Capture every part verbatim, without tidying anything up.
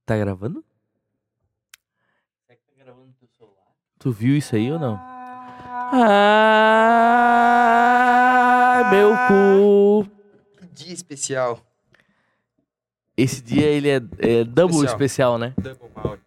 Tá gravando? Será que tá gravando no teu celular? Tu viu isso aí ou não? Ah, meu cu. Que dia especial. Esse dia ele é, é double especial. Especial. né? Double malt.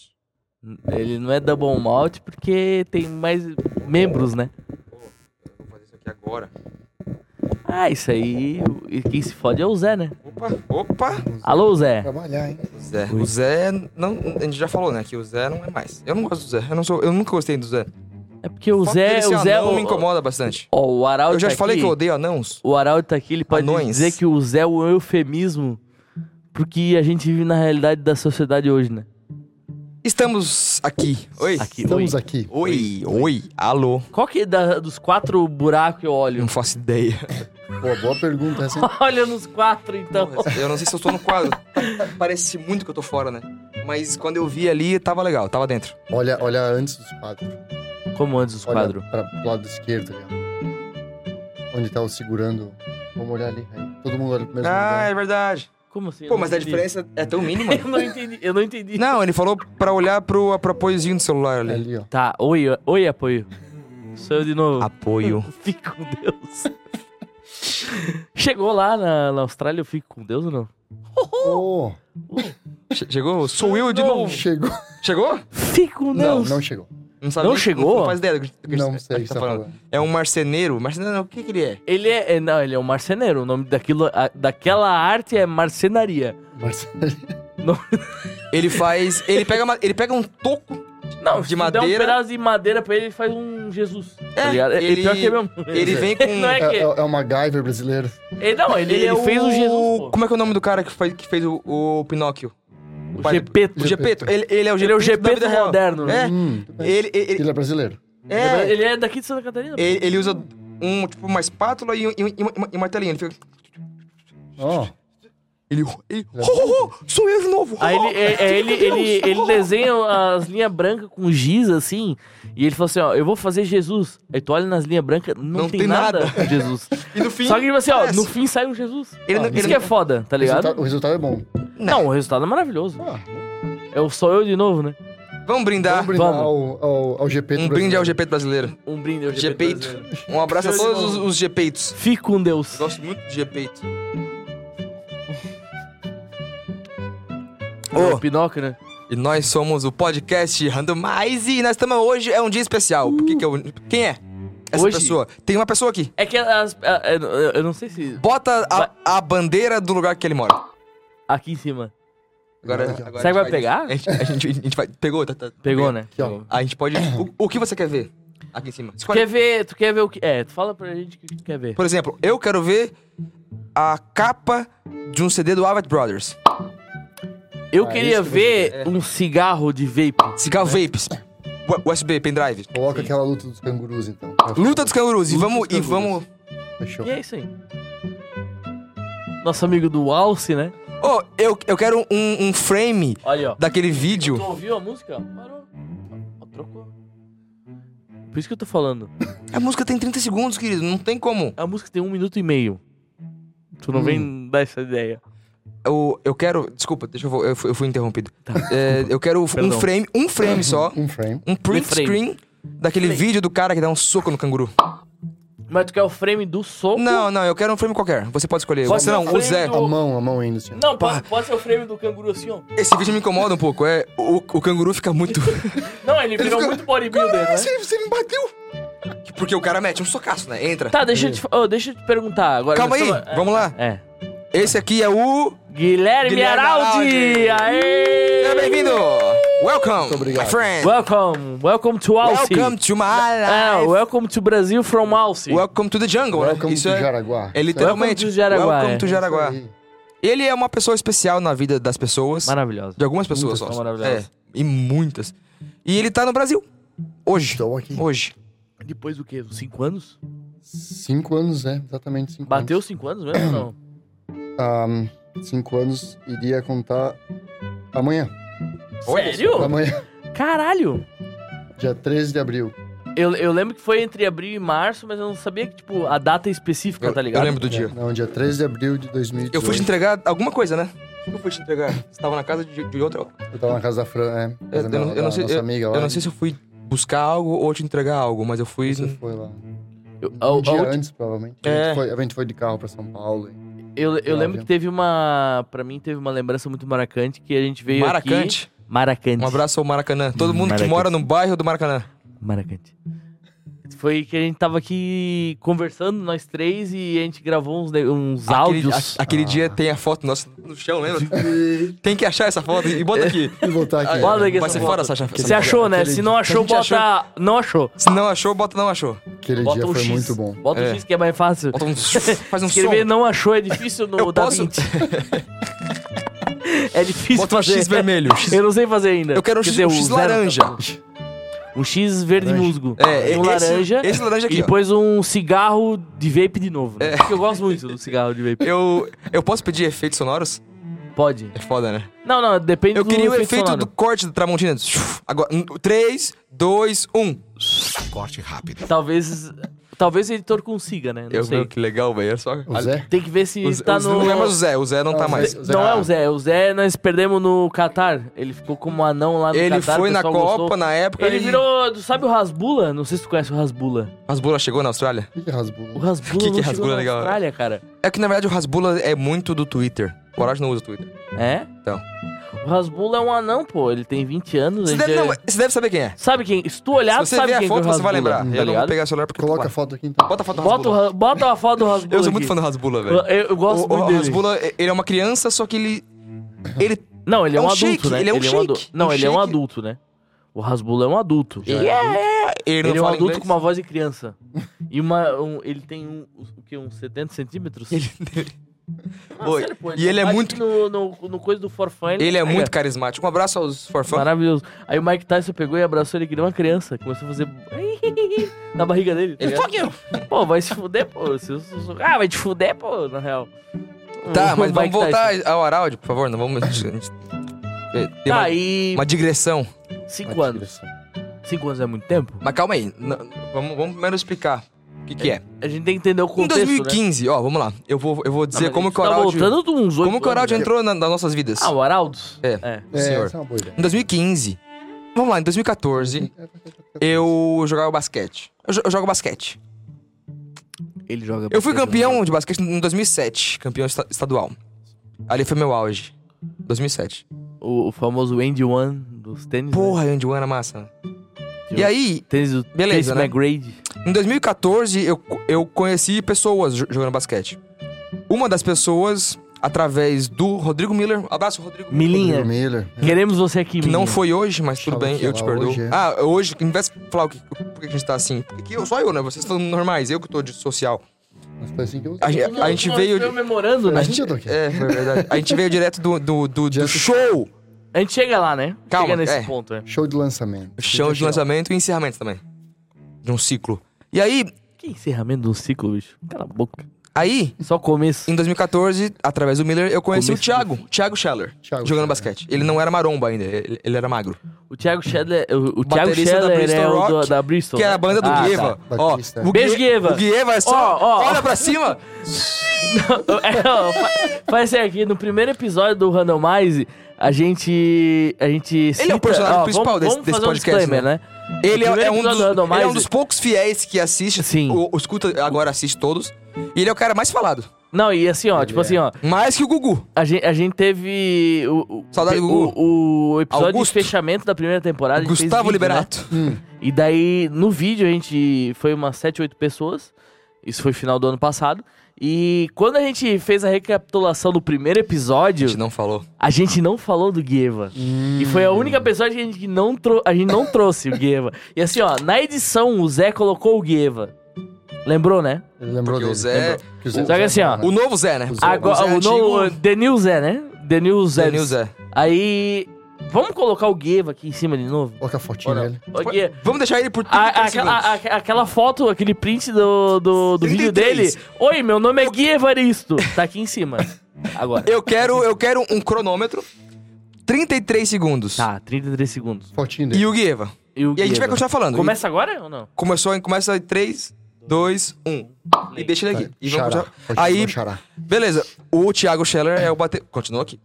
Ele não é double malt porque tem mais membros, né? Pô, eu vou fazer isso aqui agora. Ah, isso aí, e quem se fode é o Zé, né? Opa, opa. Alô, Zé. Trabalhar, hein? O Zé. Oi. O Zé, não, a gente já falou, né? Que o Zé não é mais. Eu não gosto do Zé. Eu, não sou, eu nunca gostei do Zé. É porque o fato Zé, dele ser o Zé... anão o- me incomoda bastante. Ó, o Araldo Eu já tá te falei aqui, que eu odeio anãos. O Araldo tá aqui, ele pode Anões. dizer que o Zé é um eufemismo porque a gente vive na realidade da sociedade hoje, né? Estamos aqui. Oi. Aqui, Estamos oi. aqui. Oi, oi, alô. Qual que é da- dos quatro buracos eu olho? Não faço ideia. Pô, boa pergunta essa, hein? Olha nos quatro, então. Eu não sei se eu tô no quadro. Parece muito que eu tô fora, né? Mas quando eu vi ali, tava legal, tava dentro. Olha, olha antes dos quadros. Como antes dos Olha quadros? pra, pro lado esquerdo ali, ó. Onde tá o segurando. Vamos olhar ali. Aí. Todo mundo olha pro mesmo Ah, lugar. é verdade. Como assim? Eu Pô, não mas a entendi. diferença é tão mínima. Eu não entendi, eu não entendi. Não, ele falou pra olhar pro, pro apoiozinho do celular ali. Ali, ó. Tá, oi, oi, apoio. Sou eu de novo. Apoio. Fique com Deus. Chegou lá na, na Austrália, eu fico com Deus ou não? Oh, Che- Chegou? Sou eu de novo. chegou. Chegou? Fique com Não, Deus. não chegou. Não sabe Não nem- chegou? Não faz ideia do que, do que Não a sei o gente que tá tá falando. falando. É um marceneiro. Marceneiro, o que que ele é? Ele é, é- não, ele é um marceneiro. O nome daquilo, a- daquela arte é marcenaria. Marcelo. Ele faz... Ele pega, uma- ele pega um toco. Não, De se tu der um madeira. pedaço de madeira pra ele, ele faz um Jesus. É, tá ligado? ele- pior que é mesmo. Ele vem com... Não é É, que... é, é o MacGyver brasileiro. Ele, não, ele, ele, é fez o Jesus, pô. Como é que é o nome do cara que fez, que fez o, o Pinóquio? O pai- Gepeto. O Gepeto. Ele, ele é o Ele é o Gepeto da vida Gepeto real. moderno. né? É. Hum, tudo bem. Ele, ele, Ele é brasileiro. é, Ele é daqui de Santa Catarina. pô. ele, ele usa um, tipo, uma espátula e, um- e, um- e, uma- e um martelinho. Ele fica... Ó, Ele... ele oh, oh, oh, sou eu de novo! Aí ele, Oh, é, é, ele, Deus, ele, ele oh. desenha as linhas brancas com giz, assim, e ele fala assim, ó, eu vou fazer Jesus. Aí tu olha nas linhas brancas, não, Não tem, tem nada, nada. com Jesus. E no fim... Só que, tipo assim, ó, parece. no fim sai um Jesus. Ele não- Isso ele que é não- foda, tá o ligado? resultado, o resultado é bom. Não, o resultado é maravilhoso. Ah, É o só eu de novo, né? Vamos brindar. vamos brindar vamos. ao, ao, ao G P. Um brinde ao Gepeto brasileiro. Um brinde ao Gepeito. brasileiro. Um abraço a Show de todos os, bola. os Gepeitos. Fique com Deus. Gosto muito de Gepeito. O Ô, Pinóquio, né? e nós somos o podcast Randomize e nós estamos hoje, é um dia especial. Por que que eu... Quem é essa Hoje? pessoa? Tem uma pessoa aqui. É que as... a- a- eu eu não sei se... Bota Vai. a, a bandeira do lugar que ele mora. Aqui em cima. Agora, Aqui, ó. agora Será que a vai gente pegar? A gente, a gente, a gente vai... Pegou? Tá, tá, Pegou, tá né? Aqui, ó. Pegou. A gente pode... O, o que você quer ver? Aqui em cima. Tu Escolhe. quer ver... Tu quer ver o que... É, tu fala pra gente o que tu quer ver. Por exemplo, eu quero ver a capa de um C D do Avett Brothers. Eu Ah, queria isso que você ver quer. um cigarro de vape. Cigarro Vapes. U- USB, pendrive. Coloca aquela luta dos cangurus, então. Luta dos cangurus. E Luta vamos... dos E cangurus. vamos... Fechou. E é isso aí. Nosso amigo do Alce, né? Oh, eu, eu quero um, um frame Olha, ó. daquele Tu vídeo. ouviu a música? Parou. Ó, trocou. Por isso que eu tô falando. A música tem trinta segundos, querido. Não tem como. A música tem um minuto e meio. Tu não Hum. vem dar essa ideia. Eu, eu quero... Desculpa, deixa eu... vo- Eu fui, eu fui interrompido. Tá. É, eu quero um Perdão. frame, um frame só. Um frame. Um print frame. screen daquele Frame. vídeo do cara que dá um soco no canguru. Mas tu quer o frame do soco? Não, não, eu quero um frame qualquer. Você pode escolher. Pode Você ser não, um o frame Zé. do- A mão, a mão ainda, assim. Não, pode, pode ser o frame do canguru assim, ó. Esse vídeo me incomoda um pouco. É, o, o canguru fica muito... Não, ele virou fica- muito bodybuilder, né? você, você me bateu. Porque o cara mete um socaço, né? Entra. Tá, deixa eu te, oh, deixa eu te perguntar. Agora Calma nós aí, estamos- é, vamos lá. É. Esse aqui é o... Guilherme, Guilherme Araldi! Araldi. Aê! Seja bem-vindo. Welcome, Muito obrigado. my friend. Welcome, welcome to Alce. Welcome to my Ah, life. welcome to Brazil from Alce. Welcome to the jungle, né? Welcome Isso to é, Jaraguá. é literalmente. Welcome to Jaraguá, Welcome é. to Jaraguá. Isso aí. Ele é uma pessoa especial na vida das pessoas. Maravilhoso. De algumas pessoas Muitas só. são maravilhosas. É, e muitas. E ele tá no Brasil. Hoje. Estou aqui. Hoje. Depois do quê? Uns cinco anos? Cinco anos, é. Exatamente cinco Bateu anos. cinco anos mesmo ou não? Ahn, cinco anos iria contar amanhã. Olha Sério? Amanhã, Caralho! dia treze de abril. Eu, eu lembro que foi entre abril e março, mas eu não sabia que, tipo, a data específica, Eu, tá ligado? eu lembro do dia. Não, dia treze de abril de dois mil e dezoito. Eu fui te entregar alguma coisa, né? que eu fui te entregar? Você tava na casa de, de outra... Eu tava na casa da Fran, é. Eu, Casa eu da, não- eu não da sei, nossa eu, amiga lá. eu não sei se eu fui buscar algo ou te entregar algo, mas eu fui... Você foi lá. Eu, Um a- a dia ulti- antes, provavelmente. A, É. gente foi, a gente foi de carro pra São Paulo. e- eu, eu lembro Óbvio. que teve uma. Pra mim, teve uma lembrança muito marcante que a gente veio Maracante. aqui. Maracante. Um abraço ao Maracanã. Todo mundo Maracante. que mora no bairro do Maracanã. Maracante. Foi que a gente tava aqui conversando, nós três, e a gente gravou uns, ne- uns Aquele, áudios. a- aquele Ah. dia tem a foto nossa no chão, lembra? Tem que achar essa foto e bota aqui. E voltar aqui. Bota aqui Vai essa ser foto. fora, Sasha. Você achou, né? aquele Se não dia- achou, a gente bota. Não achou. Se não achou, bota não achou. Aquele Bota dia um foi X. muito bom. Bota É. um X que é mais fácil. Bota um... Faz um Escrever som. não achou é difícil no Eu Da posso? Vinci. É difícil Bota um fazer. X vermelho. X- Eu não sei fazer ainda. Eu quero um Quer X, dizer, um o X zero laranja. tá bom. Um X verde Laranja. musgo. É, um esse, laranja. Esse laranja E aqui, ó. depois um cigarro de vape de novo, É. né? Porque eu gosto muito do cigarro de vape. Eu, eu posso pedir efeitos sonoros? Pode. É foda, né? Não, não, depende Eu do queria o efeito sonoro. do corte do Tramontina. Agora, três, dois, um. Corte rápido. Talvez. Talvez o editor consiga, né? Não Eu sei. vi que legal, velho. É só... O Zé? Tem que ver se O Zé- tá o Zé- no. Não é mais o Zé, o Zé não Não, tá o mais. Zé- o Zé- Não é o Zé. O Zé nós perdemos no Qatar. Ele ficou como anão lá no Ele Qatar. foi o na pessoal Copa, gostou. na época. Ele e- virou. Sabe o Rasbula? Não sei se tu conhece o Rasbula. Rasbula chegou na Austrália? O que que é rasbula? O Rasbula Que que não é chegou Rasbula na legal? Austrália, cara. É que na verdade o Rasbula é muito do Twitter. O Horácio não usa o Twitter. É? Então. O Rasbula é um anão, pô. Ele tem vinte anos. Você a deve, gente não, é- você deve saber quem é. Sabe quem? Se tu olhar, Se tu você sabe ver a quem foto, que é o você vai Rasbula, lembrar. tá eu não vou ligado? pegar o celular porque Coloca tá a foto aqui então. Bota a foto do Bota, o, Rasbula. Ra- bota a foto do Rasbula. Eu sou aqui. muito fã do Rasbula, Eu, velho. eu, eu gosto O, muito o dele. Rasbula, ele é uma criança, só que ele... Ele... Não, ele é é um um adulto, shake, né? ele é um um shake, adu- Não, um ele é um shake. adulto, né? O Rasbula é um adulto. Já Ele é é, adulto. Ele não ele é um fala adulto inglês. com uma voz de criança. E uma, um, ele tem um, o que, uns setenta centímetros? Ah, Oi. sério, pô, E ele é bate muito- No, no, no coisa do forfã, ele, Ele é pega. muito carismático. Um abraço aos forfãs. Maravilhoso. Aí o Mike Tyson pegou e abraçou ele que nem uma criança. Começou a fazer na barriga dele. tá Ele, ligado? fuck you! Pô, vai se fuder, pô. Se eu- se eu- Ah, vai te fuder, pô, na real. Tá, O mas vamos Mike voltar Tyson. ao Araldi, por favor. Não vamos... a gente- Tem Tá, uma, e uma digressão. cinco anos. Cinco anos é muito tempo? Mas calma aí. Não- vamos, vamos primeiro explicar o que, que é. A gente tem que entender o Em contexto, dois mil e né? quinze, ó, vamos lá. Eu vou, eu vou Ah, dizer mas como a que o gente tá Araldi... voltando de uns oito Como que o Araldi anos, né? entrou na- nas nossas vidas. Ah, o Araldos? É. É. É, senhor. essa é uma boa ideia. Em dois mil e quinze... Vamos lá, em dois mil e quatorze, eu jogava basquete. Eu, jo- eu jogo basquete. Ele joga Eu fui basquete, campeão né? de basquete em dois mil e sete, campeão esta- estadual. Ali foi meu auge. dois mil e sete. O, o famoso Andy One dos tênis. Porra, Né? Andy One era massa. né? Eu- E aí, Tênis do Beleza, Tracy né? McGrady. em dois mil e quatorze, eu, eu conheci pessoas jo- jogando basquete. Uma das pessoas, através do Rodrigo Miller. Abraço, Rodrigo. Milinha. Rodrigo Miller. Queremos você aqui, Que não Milinha. foi hoje, mas tudo Achava bem, que eu era te perdoo. hoje, é. Ah, hoje, ao invés de falar o que, por que a gente tá assim, porque eu, só eu, né? Vocês estão normais, eu que tô de social. Mas foi assim que eu... A, gente- a gente veio. de- comemorando, né? A gente eu tô aqui. É, foi verdade. A gente veio direto do, do, do, do Direto- show. A gente chega lá, né? Calma, chega nesse é. ponto, é. Show de lançamento. Show de lançamento e encerramento também. De um ciclo. E aí, Que encerramento de um ciclo, bicho. Cala a boca. aí, Só começo. em dois mil e quatorze, através do Miller, eu conheci Começo o Thiago, Thiago Scheller, Thiago jogando Scheller. basquete. Ele não era maromba ainda, ele, ele era magro. O Thiago Scheller, o, o Thiago Baterista da Scheller Bristol é o do- Rock, da Bristol. Que é né? a banda do Ah, Guieva. tá. Ó, Batista. o Beijo, Gue- Guieva. O Guieva é só... Ó, ó, olha ó. pra cima. Tá. É, ó, fa- Faz assim aqui, no primeiro episódio do Randomize, a gente. A gente cita, Ele é o personagem ó, principal vamos, desse- vamos desse fazer um podcast, disclaimer, né? né? Ele No é, primeiro é um dos, episódio do Randomize- ele é um dos poucos fiéis que assiste. Sim. O, o escuta agora assiste todos. E ele é o cara mais falado. Não, e assim, ó, Ele tipo é. assim, ó. Mais que o Gugu. A gente, a gente teve o, o, Saudade do o, Gugu. o episódio Augusto. de fechamento da primeira temporada. a gente fez Gustavo vídeo, né? Liberato. Hum, E daí, no vídeo, a gente foi umas sete, oito pessoas. Isso foi final do ano passado. E quando a gente fez a recapitulação do primeiro A episódio, gente não falou. a gente não falou do Guieva. hum. E foi a única pessoa que a gente não, trou a gente não trouxe o Guieva. E assim, ó, na edição o Zé colocou o Guieva. Lembrou, né? Ele lembrou Porque o dele. Zé- Lembrou. Que o Só que assim, ó, né? O novo Zé, né? O Zé. Agora, Zé o novo, antigo, The New Zé, né? The New Zé. Zé New Zé. Aí, vamos colocar o Guieva aqui em cima de novo? Coloca a Ou fotinha não? dele. Ô, Guieva, Vamos deixar ele por trinta A- aquela, segundos. a- aquela foto, aquele print do, do, do trinta e vídeo dele. três. Oi, meu nome é Gui Evaristo. Tá aqui em cima. Agora. Eu quero, eu quero um cronômetro. trinta e três segundos. Tá, trinta e três segundos. Fotinho dele. E o Guieva. o E a gente Guieva? vai continuar falando. Começa agora ou não? Começou em começa em três, dois, um. E deixa ele aqui. E vamos Xará. continuar. Fotinho Aí, do Xará. beleza. O Thiago Scheller é o bater... Continua aqui.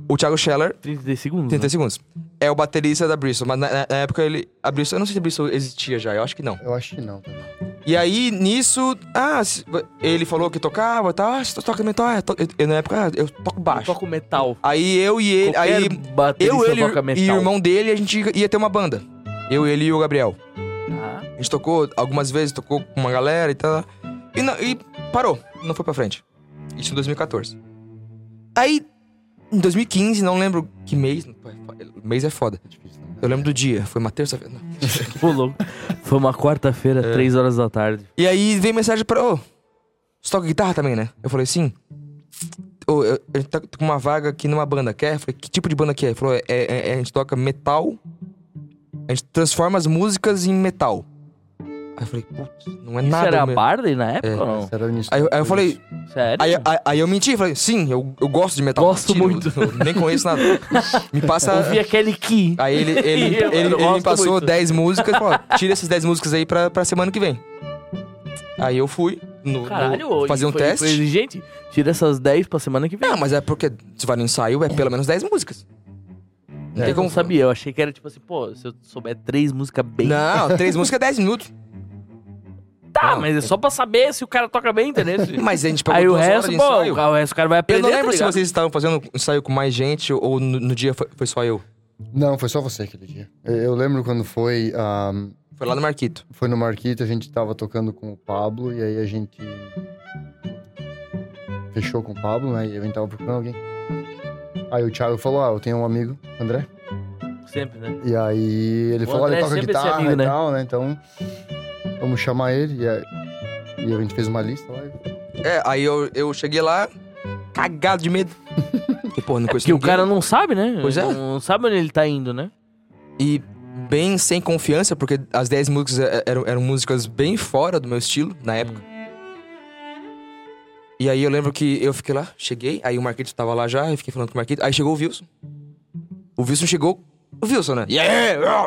O Thiago Scheller, trinta segundos. trinta né? segundos. É o baterista da Bristol, mas na, na- na época ele. A Bristol, eu não sei se a Bristol existia já, eu acho que não. Eu acho que não também. E aí, nisso, ah, se- ele falou que tocava e tal. Ah, você toca metal? Ah, to- eu, eu, na época, ah, eu toco Eu baixo. toco metal. Aí eu e ele. Qualquer Aí baterista eu, ele toca metal. e o irmão dele, a gente ia ter uma banda. Eu, ele e o Gabriel. Ah, A gente tocou algumas vezes, tocou com uma galera e tal. E, não- e parou, não foi pra frente. Isso em dois mil e quatorze. Aí, em dois mil e quinze, não lembro que mês. Mês é foda. É difícil, né? Eu lembro do dia, foi uma terça-feira. não. pô, louco. Foi uma quarta-feira, É. três horas da tarde. E aí veio mensagem pra. Ô, você toca guitarra também, né? Eu falei, sim. Ô, eu, eu tô com uma vaga aqui numa banda, quer? Eu falei, que tipo de banda que é? Ele falou, é, é- é- a gente toca metal. A gente transforma as músicas em metal. Aí eu falei, putz, não é Isso nada. era meu. Barley na época É. ou não? Esse era o início Aí, eu- de aí eu tudo falei, isso. Sério? Aí, aí, aí eu menti, falei, sim, eu, eu gosto de metal. Gosto Mentira, muito. Eu, eu nem conheço nada. Me passa. Ouvi aquele Ki. Aí ele, ele, Eu ele, ele me gosto passou muito. dez músicas e falou: ó, tira essas dez músicas aí pra, pra semana que vem. Aí eu fui no, Caralho, no- ô, fazer um foi, teste. Foi exigente. Tira essas dez pra semana que vem. Não, mas é porque se vai no ensaio, é pelo menos dez músicas. Não eu tem como. não sabia. Eu achei que era tipo assim, pô, se eu souber três músicas bem... Não, três músicas é dez minutos. Tá, não. mas é só pra saber se o cara toca bem, entendeu? Mas a gente pegou Aí o duas horas resto, de pô, ensaio. o resto o cara vai Eu aprender, não lembro tá se ligado? vocês estavam fazendo ensaio com mais gente ou no, no dia foi, foi só eu. Não, foi só você aquele dia. Eu, eu lembro quando foi. ahm, Foi lá no Marquito. foi no Marquito, a gente tava tocando com o Pablo e aí a gente fechou com o Pablo, né? E a gente tava procurando alguém. Aí o Thiago falou: Ah, eu tenho um amigo, André. Sempre, né? E aí ele O falou: Olha, André ele toca sempre esse guitarra amigo, e né? tal, né? Então vamos chamar ele. E, aí, e a gente fez uma lista lá. e- É, aí eu, eu cheguei lá, cagado de medo. Porque, pô, não conheço Porque o ninguém. cara não sabe, né? Pois é. Não sabe onde ele tá indo, né? E bem sem confiança, porque as dez músicas é- eram, eram músicas bem fora do meu estilo, na época. E aí eu lembro que eu fiquei lá, cheguei, aí o Marquito tava lá já, eu fiquei falando com o Marquito, aí chegou o Wilson. O Wilson chegou... O Wilson, né? Yeah!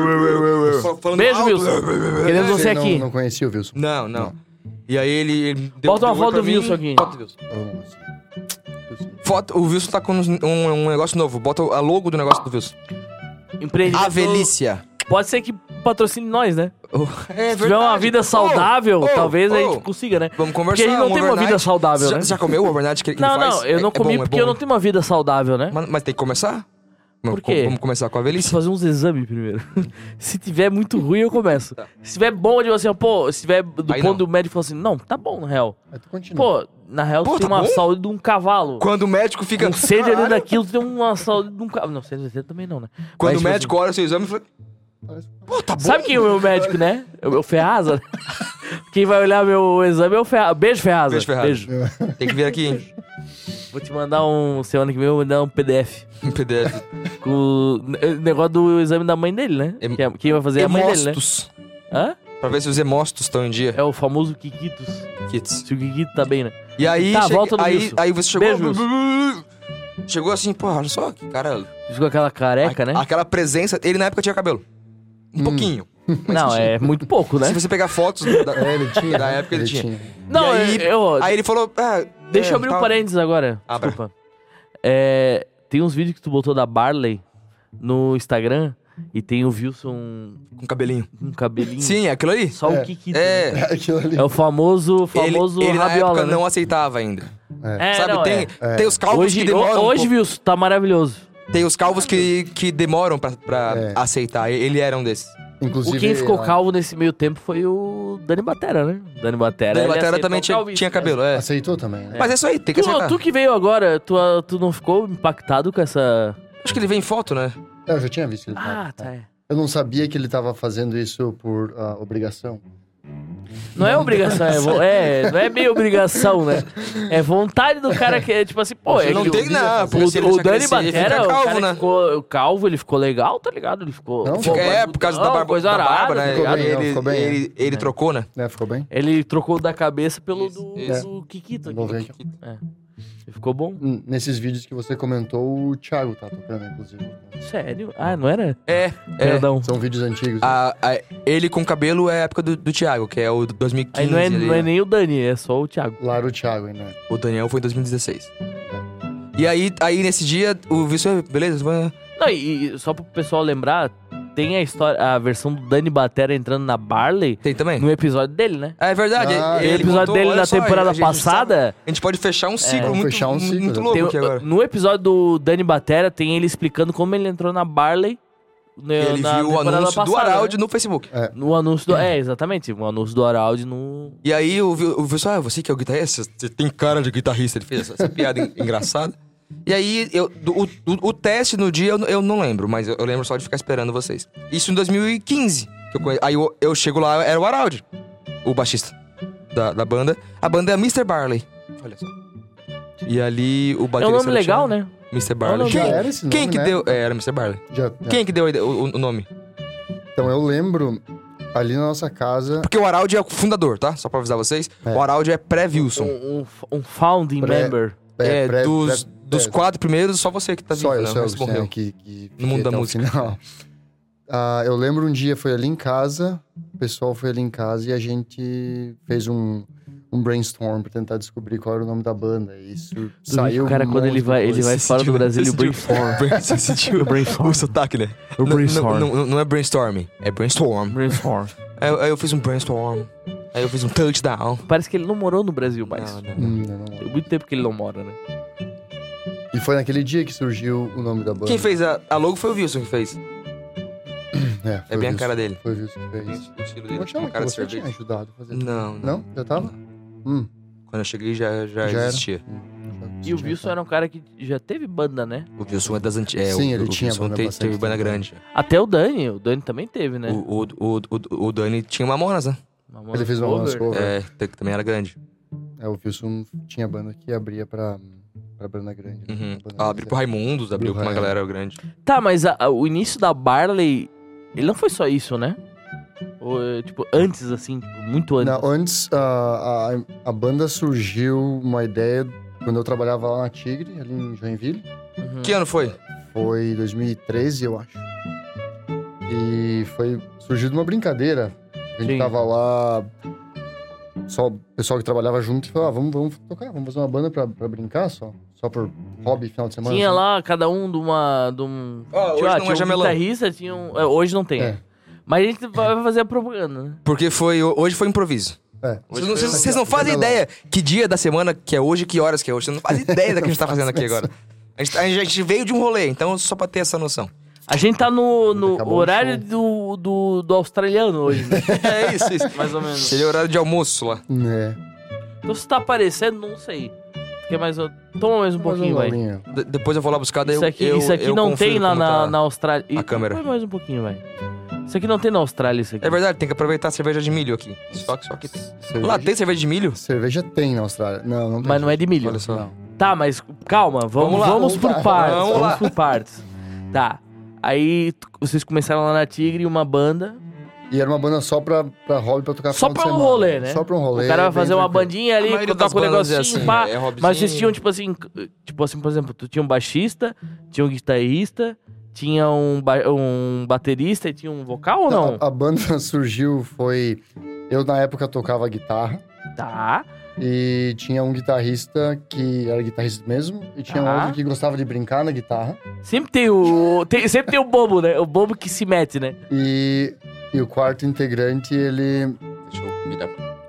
Fal- falando Beijo, alto. Wilson. Queremos você não, aqui. não conhecia o Wilson. Não, não. E aí ele... ele deu, Bota uma deu oi foto pra do mim. Wilson aqui. Foto do Wilson. Eu não conhecia. Foto, o Wilson tá com um, um- um negócio novo, bota a logo do negócio do Wilson. Empreendimento... A velícia. Pode ser que patrocine nós, né? É Se tiver uma vida saudável, Ô, ô, talvez a ô. gente consiga, né? Vamos conversar. Porque a gente não um tem uma overnight. vida saudável, Você já, né? você já comeu o overnight que, que Não, ele faz? não, eu não É- é comi bom, é porque bom. eu não tenho uma vida saudável, né? Mas, mas tem que começar? Vamos- Por quê? Vamos começar com a Preciso velhice? fazer uns exames primeiro. Se tiver muito ruim, eu começo. Tá. Se tiver bom, eu digo assim, ó, pô, se tiver do Aí ponto não. do médico falou assim, não, tá bom, na real. Aí tu continua. Pô, na real, Pô, tu tem tá uma bom? saúde de um cavalo. Quando o médico fica... Com sede ali Caralho. daquilo, tu tem uma saúde de um cavalo. Não, sede de também não, né? Quando Mas, o tipo médico olha o seu exame, fala... Parece- Pô, tá bom. Sabe quem é o meu médico, né? É o meu Ferraza. né? Quem vai olhar meu exame é o Ferraza. Beijo, Ferraza. Beijo, Ferraza. Tem que vir aqui, hein? Vou te mandar um... Semana que vem eu vou mandar um P D F. Em P D F. Com o ne- negócio do exame da mãe dele, né? Hem- Que é- Quem vai fazer é a mãe dele, né? Hemócitos. Hã? Pra ver se os hemócitos estão em dia. É o famoso Kikitos. Kits. Se o Kikito tá bem, né? E aí... Tá, cheguei- volta no aí, Wilson. aí você chegou... Beijo, Chegou assim, pô, olha só, que cara... Ficou aquela careca, a- né? Aquela presença... Ele na época tinha cabelo. Um Hum. pouquinho. Mas Não, tinha. é muito pouco, né? Se você pegar fotos da, É, ele tinha. da né? época, ele tinha. Não, E aí, eu... Aí ele falou... Ah, Deixa é, eu abrir um tal. parênteses agora. Abra. Desculpa. É, tem uns vídeos que tu botou da Barley no Instagram e tem o Wilson Com cabelinho. com um cabelinho. Sim, aquilo ali. Só É. o Kikito. É. Aquilo ali. É o famoso, Ele, famoso ele na rabiola, época né? não aceitava ainda. É, Sabe, não, tem, é. tem os calvos Hoje, que demoram. um hoje pouco- Wilson, tá maravilhoso. Tem os calvos que, que demoram pra, pra É. aceitar. Ele era um desses. Inclusive, O quem ficou a- calvo nesse meio tempo foi o Dani Batera, né? Dani Batera. Dani ele Batera aceitou também o tinha, calvície, tinha né? cabelo, é. Aceitou também, né? Mas é isso aí, tem que Tu, aceitar. tu que veio agora, tu, tu não ficou impactado com essa... Acho que ele vem em foto, né? É, eu já tinha visto ele. Ah, tá. é. Eu não sabia que ele tava fazendo isso por ah, obrigação. Não é obrigação, é, vo- é, não é bem obrigação, né? É vontade do cara que é tipo assim, pô, é não que tem o- nada, O, porque se ele o deixar Dani crescer, ele Batera, fica o calvo, cara né? que ficou calvo, ele ficou legal, tá ligado? Ele ficou... Não, pô, fica- É, por causa da barbudão, barba, coisa da arada, barba, tá né? Ficou ligado? bem, ele não, ficou bem, ele, é. ele É. trocou, né? É, ficou bem? Ele trocou da cabeça pelo Isso, do, isso. do Kikito. Vou ver aqui. aqui. É. Ele ficou bom? Hum, Nesses vídeos que você comentou, o Thiago tá tocando, inclusive. Sério? Ah, não era? É, é. Perdão. São vídeos antigos. A- a- ele com cabelo é a época do, do Thiago, que é o do dois mil e quinze. Aí não é, ali, não é né? nem o Dani, é só o Thiago. Lá era o Thiago ainda. O Daniel foi em dois mil e dezesseis. E aí, aí nesse dia, o Wilson, beleza? Não, e, e só pro pessoal lembrar, tem a história, a versão do Dani Batera entrando na Barley Tem também? no episódio dele, né? É verdade. Ah, O ele episódio contou, dele olha na só, temporada a gente passada. sabe- A gente pode fechar um ciclo Vamos muito, fechar um ciclo, muito né? louco Tem- aqui agora. no episódio do Dani Batera, tem ele explicando como ele entrou na Barley. No, Ele na viu o temporada anúncio do passada, Araldi né? no Facebook. No anúncio do. É, exatamente. O anúncio do Araldi no. E aí o, o Wilson, ah, você que é o guitarrista? Você tem cara de guitarrista. Ele fez essa, essa piada en- engraçada. E aí, eu, do- o, o, o teste no dia eu, eu não lembro, mas eu, eu lembro só de ficar esperando vocês. Isso em dois mil e quinze. Que eu conhe... Aí eu, eu chego lá, era o Araldi, o baixista da, da banda. A banda é mister Barley. Olha só. E ali o É um baterista... nome legal, né? mister É um Barley. nome Já Quem, era esse nome, quem que né? deu... É, era mister Barley. Já, Quem que deu a ide- o, o nome? Então eu lembro, ali na nossa casa... Porque o Araldi é o fundador, tá? Só pra avisar vocês. É. O Araldi é pré-Wilson. Um, um, um founding Pré- member. É, pré- dos, pré- dos é, quatro primeiros, só você que tá vivo, Só eu, né? só O eu, resto sim, morreu. é, que, que No mundo fiquei da até o música. final. Ah, eu lembro um dia, foi ali em casa, o pessoal foi ali em casa e a gente fez um, um brainstorm pra tentar descobrir qual era o nome da banda. E isso Tu vê que saiu o cara, um quando monte ele de vai, ele coisa. vai fora do Brasil, ele Você brainstorm. sentiu- Você sentiu O brainstorm. o sotaque, né? O Não- brainstorm. Não, não, não é brainstorm, é brainstorm. Brainstorm. Aí, eu- aí eu fiz um brainstorm, aí eu fiz um touchdown. Parece que ele não morou no Brasil mais. Não, não, não. Hum, não, não. Tem muito tempo que ele não mora, né? E foi naquele dia que surgiu o nome da banda. Quem fez a, a logo foi o Wilson que fez. É, É foi bem o a cara dele. Foi o Wilson que fez. O estilo Eu dele, achava uma cara que de você tinha cerveja. ajudado a fazer. Não, não. Não? Já tava? Hum. Quando eu cheguei já, já, Já era? existia. Hum, já- E o já Wilson tava. era um cara que já teve banda, né? O Wilson é das antigas. É, Sim, o, ele o tinha Wilson banda te- bastante teve banda tempo. grande. Até o Dani. O Dani também teve, né? O, o, o, o, o Dani tinha Mamonas, né? Mamonas Ele fez uma Cover. Mamonas Cover. É, que também era grande. É, o Wilson tinha banda que abria pra, pra banda grande. né? Uhum. Pra banda Ah, abriu pro Raimundos, abriu pra uma Raimundos. galera grande. Tá, mas a- a- o início da Barley, ele não foi só isso, né? Ou, é, tipo, antes, assim, tipo, muito antes. Não, antes, a, a, a banda surgiu uma ideia quando eu trabalhava lá na Tigre, ali em Joinville. Uhum. Que ano foi? Foi dois mil e treze, eu acho. E foi surgiu de uma brincadeira. A gente Sim. tava lá, só o pessoal que trabalhava junto e falou: ah, vamos, vamos tocar, vamos fazer uma banda pra, pra brincar só. Só por hobby, final de semana. Tinha assim. lá cada um de uma. De um... Ó, hoje tinha, não é tinha um jamelão. guitarrista, tinha um. é, hoje não tem. É. Mas a gente vai fazer a propaganda, né? Porque foi, hoje foi improviso. É. Vocês não, vocês- vocês não fazem ideia que dia da semana que é hoje, que horas que é hoje. Vocês não fazem ideia do que a gente tá fazendo aqui agora. A gente, a gente veio de um rolê, então só pra ter essa noção. A gente tá no, no Acabou o horário show. do, do, do australiano hoje, né? É isso, isso. Mais ou menos. Seria horário de almoço lá. É. Então se tá aparecendo, não sei. Quer mais um... Toma mais um Mais pouquinho, uma vai. bolinha. De- depois eu vou lá buscar, daí Isso eu- aqui, eu, isso aqui eu não confiro tem lá como na, tá na Austrália. a câmera. Põe mais um pouquinho, vai. Isso aqui não tem na Austrália, isso aqui. É verdade, tem que aproveitar a cerveja de milho aqui. Só que, só que tem. Cerveja, Lá tem cerveja de milho? cerveja tem na Austrália. Não, não tem. Mas não é de milho. Olha só. Não. Tá, mas calma, vamos, Vamos lá, vamos vamos por lá. partes. Vamos Vamos, lá. por partes. Tá. Aí t- vocês começaram lá na Tigre, uma banda. E era uma banda só pra, pra hobby, pra tocar Só final de pra um semana. rolê, né? Só pra um rolê. O cara vai bem fazer uma tranquilo. bandinha A ali, maioria tocar das com um bandas é negocinho, assim, pá. é hobbyzinho. Mas vocês tinham, tipo assim, c- tipo assim, por exemplo, tu tinha um baixista, tinha um guitarrista, tinha um, ba- um baterista e tinha um vocal ou não? A, a banda surgiu, foi... Eu, na época, tocava guitarra. Tá. E tinha um guitarrista que era guitarrista mesmo. E tinha Tá. um outro que gostava de brincar na guitarra. Sempre tem o. tem- sempre tem o bobo, né? O bobo que se mete, né? E, e o quarto integrante, ele... Deixa eu me dar.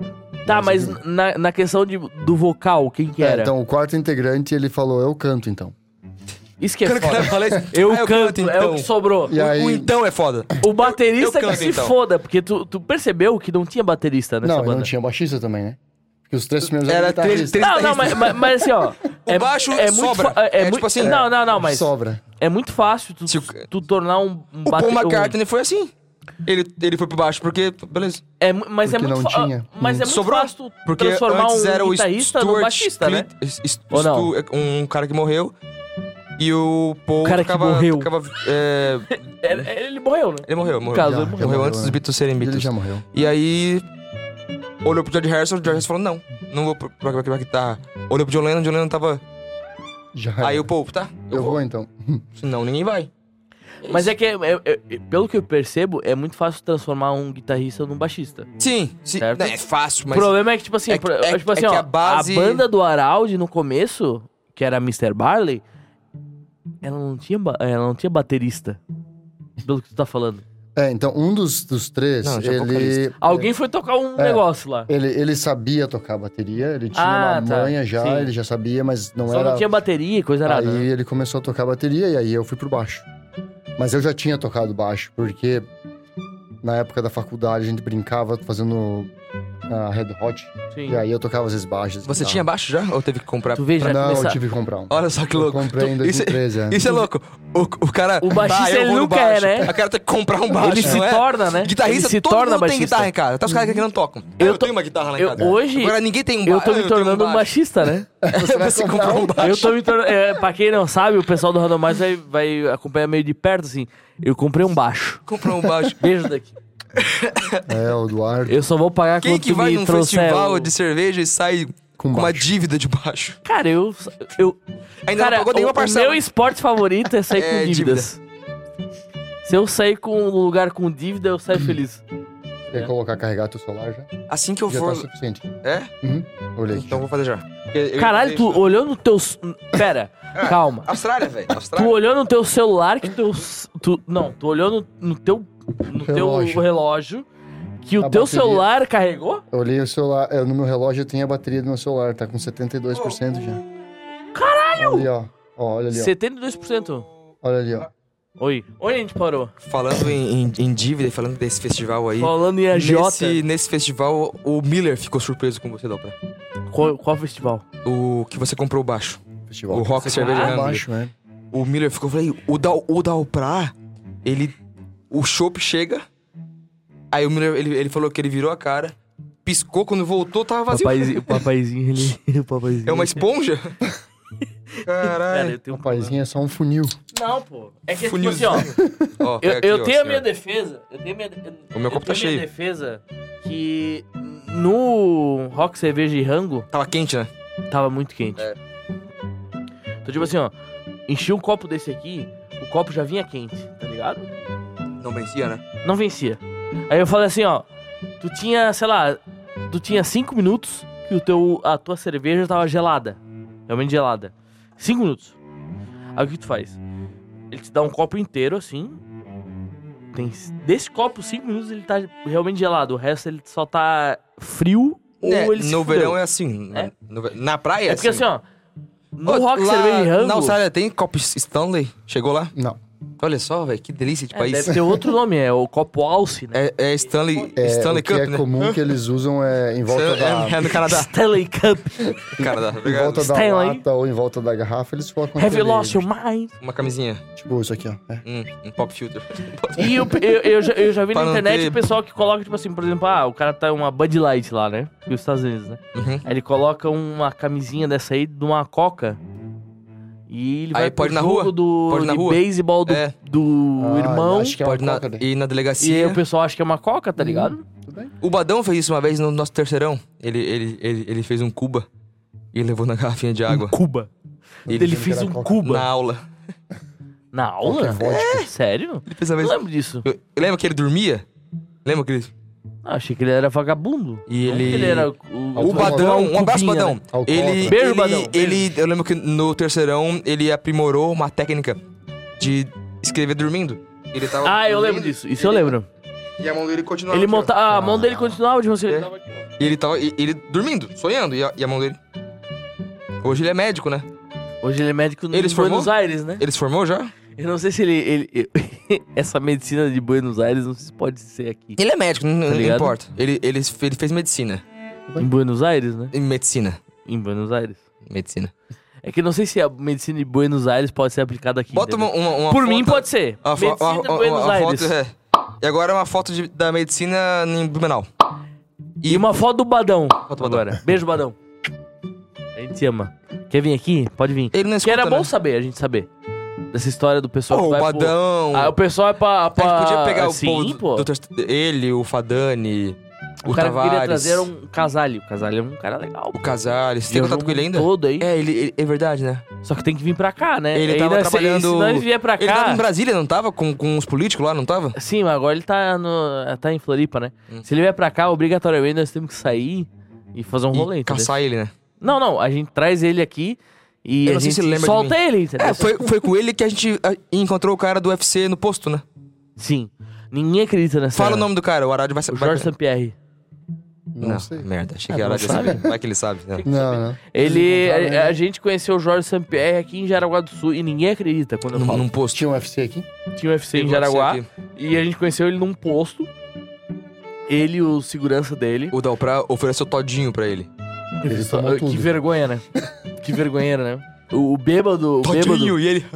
Tá, mas na, na questão de, do vocal, quem que É, era? então, o quarto integrante, ele falou, eu canto, então. Isso que é Quando o cara foda. fala isso, Eu ah, eu canto, canto, é então. o que sobrou. E aí... O então é foda. O baterista Eu- eu que canto, se então. foda, porque tu, tu percebeu que não tinha baterista nessa Não, banda. não tinha baixista também, né? Porque os três primeiros Era eram três- guitarristas. três- Não, não, mas, mas, mas assim, ó. O baixo é muito sobra. fa- É, É muito, tipo assim, Não, não, não, mas. Sobra. É muito fácil tu, Se o- tu tornar um. um O bate- Paul um- McCartney foi assim. Ele, ele foi pro baixo porque... Beleza. É, mu- mas é Porque muito não fa- tinha. Mas é muito Sobrou. fácil tu Porque transformar antes um era o guitarrista Stuart no baixista, né? Clit- Stu- Ou não? Stu- um cara que morreu. E o Paul O cara que tocava, morreu. tocava, é, Ele, ele morreu, né? ele morreu, morreu. Caso Já, ele já morreu. Morreu morreu, antes é. dos Beatles serem Ele Beatles. já morreu. E aí... Olhou pro George Harrison, o George Harrison falou, não. Não vou pra, pra, pra, pra guitarra. Olhou pro John Lennon, o John Lennon tava... Já Aí era. o Paul, tá, eu, Eu vou. vou, então. Senão ninguém vai. Mas é que, é- é- é- pelo que eu percebo, é muito fácil transformar um guitarrista num baixista. Sim, sim. Certo? Não, é fácil, O mas... problema é que, tipo assim, é que- pro- é- tipo assim, é que ó, a base- a banda do Araldi no começo, que era a mister Barley, ela não tinha, ba- ela não tinha baterista. Pelo que tu tá falando. É, então um dos, dos três, Não, tinha ele, vocalista. Alguém foi tocar um É. negócio lá. ele, ele sabia tocar bateria, ele tinha Ah, uma tá. manha já, Sim. ele já sabia, mas não Só era... não tinha bateria e coisa Aí nada. né? ele começou a tocar bateria e aí eu fui pro baixo. Mas eu já tinha tocado baixo, porque na época da faculdade a gente brincava fazendo a Red Hot. Sim. E aí eu tocava as baixas. Você e tal. tinha baixo já? Ou teve que comprar? Tu vê, já Não, começa... eu tive que comprar um. Olha só que louco. Eu comprei em Tu- isso, é- dois mil e treze, é. isso é louco. O, o cara... O baixista, tá, eu ele vou no nunca baixo. é, né? O cara tem que comprar um baixo, Ele se não é? torna, né? Guitarrista, Ele se todo torna mundo tem baixista. guitarra em casa. Até os caras que não tocam. Eu Eu, tô- tenho uma guitarra lá em eu- casa. hoje, Agora ninguém tem um Eu baixo. tô me tornando um baixista, né? Você vai Você comprar comprou um um? baixo. Eu tô me tornando... É, pra quem não sabe, o pessoal do Randomais vai, vai acompanhar meio de perto, assim. Eu comprei um baixo. Comprou um baixo. Beijo daqui. É, o Eduardo. Eu só vou pagar Quem quando que tu vai me num trouxer festival o- de cerveja e sai Com com uma baixo. dívida de baixo? Cara, eu... eu Ainda cara, não pagou nenhuma o, o parcela. meu esporte favorito é sair É, com dívidas. Se eu sair com um lugar com dívida, eu saio feliz. Quer colocar, carregar teu celular já? Assim que eu Já for... tá suficiente. É? Uhum. Olhei aqui. Então vou fazer já. Porque eu- Caralho, tu eu- olhou no teu... Pera, Ah, calma. Austrália, velho. Tu Austrália. olhou no teu celular que teu... Tu, não, tu olhou no, no teu... No Relógio. teu relógio que o A teu bateria. celular carregou? Eu olhei o celular, é, no meu relógio eu tenho a bateria do meu celular, tá com setenta e dois por cento já. Caralho! Olha ali, ó. Ó, olha ali, ó. setenta e dois por cento. Olha ali, ó. Oi. Onde a gente parou? Falando em, em, em dívida e falando desse festival aí... Falando em agiota. Nesse, nesse festival, o Miller ficou surpreso com você, Dalpra. Qual, qual festival? O que você comprou o baixo. Festival. O Rock Você Cerveja comprou Hungry. baixo, né? O Miller ficou, falei, o, Dal, o Dalprá, ele... O chopp chega, aí o Miller, ele, ele falou que ele virou a cara, piscou, quando voltou, tava O vazio. papaizinho, o papaizinho ali. O papaizinho. É uma esponja? Cara, Caralho. eu tenho O paizinho é só um funil. Não, pô. É que, tipo assim, Funilzinho. ó. Ó, Eu, pega aqui, eu ó, tenho a assim, minha ó. defesa. Eu tenho minha, eu, O meu eu copo tá tenho minha cheio. defesa que no Rock Cerveja e Rango Tava quente, né? tava muito quente. É. Então, tipo assim, ó. Enchi um copo desse aqui, o copo já vinha quente, tá ligado? Não vencia, né? Não vencia. Aí eu falei assim, ó. Tu tinha, sei lá, tu tinha cinco minutos que o teu, a tua cerveja tava gelada. Realmente gelada. Cinco minutos. Aí o que tu faz? Ele te dá um copo inteiro, assim. Tem, desse copo, cinco minutos ele tá realmente gelado. O resto ele só tá frio ou É, ele se no fudeu. verão é assim. É? No ve- na praia É porque assim, ó. No Ô, Rock lá Cerveja e Rango... Na Austrália tem copo Stanley? Chegou lá? Não. Olha só, velho, que delícia de É, país. deve ter outro nome, é o copo Alce, né? É, é Stanley, É, Stanley o que Cup, é né? comum que eles usam é em volta da... É, é no Canadá. Stanley Cup. Canadá, Em obrigado. volta da Stanley. lata ou em volta da garrafa, eles colocam Have aquele... you lost your mind? Uma camisinha. Tipo isso aqui, ó. É. Hum, um pop filter. E eu, eu, eu, já, eu já vi Pra na não internet ter- o pessoal que coloca, tipo assim, por exemplo, ah, o cara tá uma Bud Light lá, né? Nos Estados Unidos, né? Uhum. Aí ele coloca uma camisinha dessa aí de uma coca. E ele Aí vai pode pro na jogo rua? do Pode na de rua? beisebol do, É. do Ah, irmão. acho que é uma Pode na, coca daí. ir na E aí delegacia. o pessoal acha que é uma coca, tá ligado? Tudo bem? O Badão fez isso uma vez no nosso terceirão. Ele, ele, ele, ele fez um Cuba e levou na garrafinha de água. Cuba. E Ele, ele fez era um coca. Cuba. Na Na, aula. aula? Qualquer vodka. É, sério? Ele fez uma Eu vez. não lembro disso. Eu, eu lembro que ele dormia. Lembra que ele. Ah, achei que ele era vagabundo. E Não ele- que ele era o, O Tomar Badão, um abraço, cubinha, Badão. né? Alcoólatra. Ele, Beijo, ele, Badão, ele, eu lembro que no terceirão ele aprimorou uma técnica de escrever dormindo. Ele tava Ah, eu lembro dormindo, disso. Isso eu lembro. E a mão dele continuava. Ele aqui, ó. monta... ah, a mão dele continuava de você. É. E ele tava e- ele dormindo, sonhando, e a, e a mão dele. Hoje ele é médico, né? Hoje ele é médico no Ele se formou? Buenos Aires, né? Ele se formou já? Eu não sei se ele... ele- essa medicina de Buenos Aires, não sei se pode ser aqui. Ele é médico, não, não ligado? importa. Ele, ele, ele fez medicina. Em Buenos Aires, né? Em medicina. Em Buenos Aires. Medicina. É que não sei se a medicina de Buenos Aires pode ser aplicada aqui. Bota uma, entendeu? uma, uma Por foto, mim pode ser. Uma, fo- Medicina uma- de uma- Buenos uma Aires. foto, é. E agora uma foto de- da medicina em Blumenau. E uma foto do Badão. do Badão. Agora. Beijo, Badão. A gente te ama. Quer vir aqui? Pode vir. Ele não Que escuta, era bom né? saber, a gente saber. Dessa história do pessoal Pô, que o vai Badão. pro... Ah, o pessoal é pra... A pra... gente podia pegar o Sim, povo do, pô. do terceiro- ele, o Fadani, o, O cara que eu Tavares, queria trazer era um Casalho. O Casalho é um cara legal. o Casares. Você tem Viajou contato com ele o ainda? Todo aí. É, ele, ele- é verdade, né? Só que tem que vir pra cá, né? Ele Aí, tava né, se- trabalhando- Se nós vier pra Ele tava cá... em Brasília, não tava? Com, com os políticos lá, não tava? Sim, mas agora ele tá, no, tá em Floripa, né? Hum. Se ele vier pra cá, obrigatoriamente nós temos que sair e fazer um rolê, E entendeu? caçar ele, né? Não, não, a gente traz ele aqui E Eu a não sei gente se ele lembra de solta mim. ele, entendeu? É, foi, foi com ele que a gente ah, encontrou o cara do U F C no posto, né? Sim. Ninguém acredita nessa... Fala o nome do cara, o Arado vai O saber. Jorge Sampierre. Não, Não, sei. merda, achei Ah, que não era de sabe? saber. Vai que ele sabe. Né? Não, não. Ele... Não sabe, A, a gente conheceu o Jorge Sampierre aqui em Jaraguá do Sul e ninguém acredita quando eu Num, falo. num posto. Tinha um U F C aqui? Tinha um U F C em Tem um U F C Jaraguá aqui. e a gente conheceu ele num posto. Ele e o segurança dele. O Dalprá ofereceu todinho pra ele. Ele Só- tomou que tudo. vergonha, né? Que vergonheira, né? O, o bêbado... O bêbado Todinho, e ele...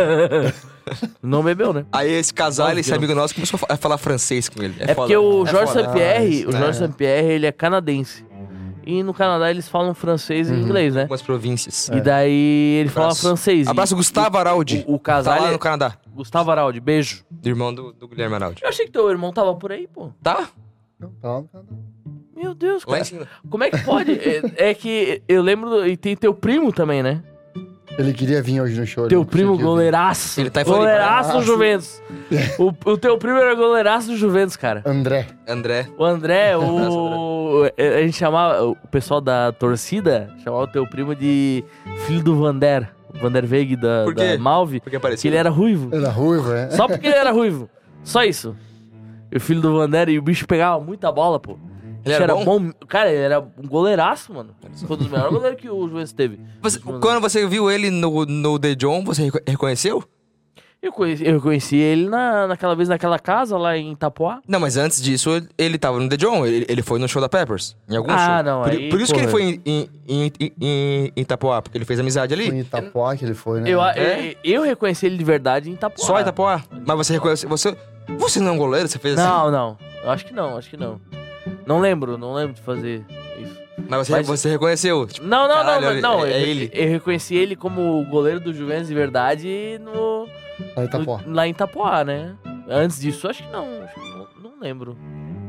não bebeu, né? Aí esse casal, Óbvio esse que não. amigo nosso, começou a fa- a falar francês com ele. É, foda. porque o É Jorge foda. Sampierre, Ah, o Jorge é. Sampierre, ele é canadense. E no Canadá eles falam francês e inglês, né? Algumas províncias. E daí ele fala Abraço. francês. E Abraço, Gustavo Araldi. O, o casal... Tá lá é- no Canadá. Gustavo Araldi, beijo. Irmão do, do Guilherme Araldi. Eu achei que teu irmão tava por aí, pô. Tá? Não, tá, tá, tá. Meu Deus, Lá em cara. cima. Como é que pode? é, é que eu lembro... E tem teu primo também, né? Ele queria vir hoje no show. ele Teu não primo conseguiu vir. goleiraço. Ele tá em Floripa. Goleiraço do Ah, Juventus. o, o teu primo era goleiraço do Juventus, cara. André. André. O André, o... A gente chamava... O pessoal da torcida chamava o teu primo de filho do Vander. O Vander Veig da, Por quê? da Malve. Porque Que apareceu. ele era ruivo. Era ruivo, é? Só porque ele era ruivo. Só isso. E o filho do Vander e o bicho pegava muita bola, pô. Ele Bicho era bom? Cara, ele era um goleiraço, mano. Foi um dos melhores goleiros que o Juventus teve. Você- quando você viu ele no, no The John, você reco- reconheceu? Eu conheci, eu conheci ele na, naquela vez naquela casa lá em Itapoá. Não, mas antes disso, ele- ele tava no The John. Ele, ele foi no show da Peppers. Em algum Ah, show. não, Por, aí, por isso que ele porra. foi em, em, em, em Itapoá, porque ele fez amizade Foi em ali. Itapoá que ele foi, né? Eu, É? eu, eu reconheci ele de verdade em Itapoá. Só Itapoá. Mas você reconheceu. Você, você não é um goleiro? Você fez assim? Não, não. Eu acho que não, acho que não. Não lembro, não lembro de fazer isso. Mas você, Mas- você reconheceu. Tipo, Não, não, Caralho, não, não. é- é eu, ele. eu reconheci ele como goleiro do Juventus de verdade no, Lá em Itapoá. no- lá em Itapoá, né? Antes disso, acho que não. Acho que não, não lembro.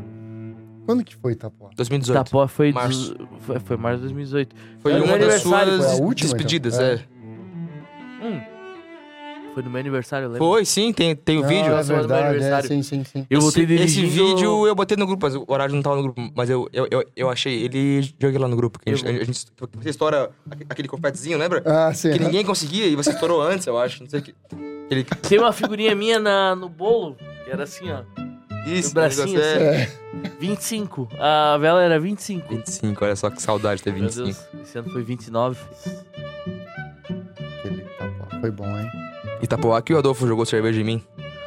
Quando que foi Itapoá? dois mil e dezoito. Itapoá foi, Março. dezo- foi, foi março de dois mil e dezoito. Foi Foi no uma meu das aniversário, suas foi a última, despedidas, então? é. Hum. Foi no meu aniversário, eu lembro. Foi, sim, tem, tem o Não, vídeo. é Nossa, mas no meu verdade, é, aniversário. sim, sim, sim. Eu voltei esse, esse dirigindo... vídeo eu botei no grupo, mas o horário não tava no grupo. Mas eu, eu, eu, eu achei ele e joguei lá no grupo. Que a, gente, Eu- a gente- você estoura aquele confetezinho, lembra? Ah, sim. Que ninguém conseguia e você estourou antes, eu acho. Não sei o que. Ele... Tem uma figurinha minha na, no bolo, que era assim, ó. Isso, No bracinho, o negócio é... É. vinte e cinco. A vela era vinte e cinco. vinte e cinco, olha só que saudade de ter Meu vinte e cinco. Deus, esse ano foi vinte e nove. Aquele Itapoá foi bom, hein? Itapoá que o Adolfo jogou cerveja em mim.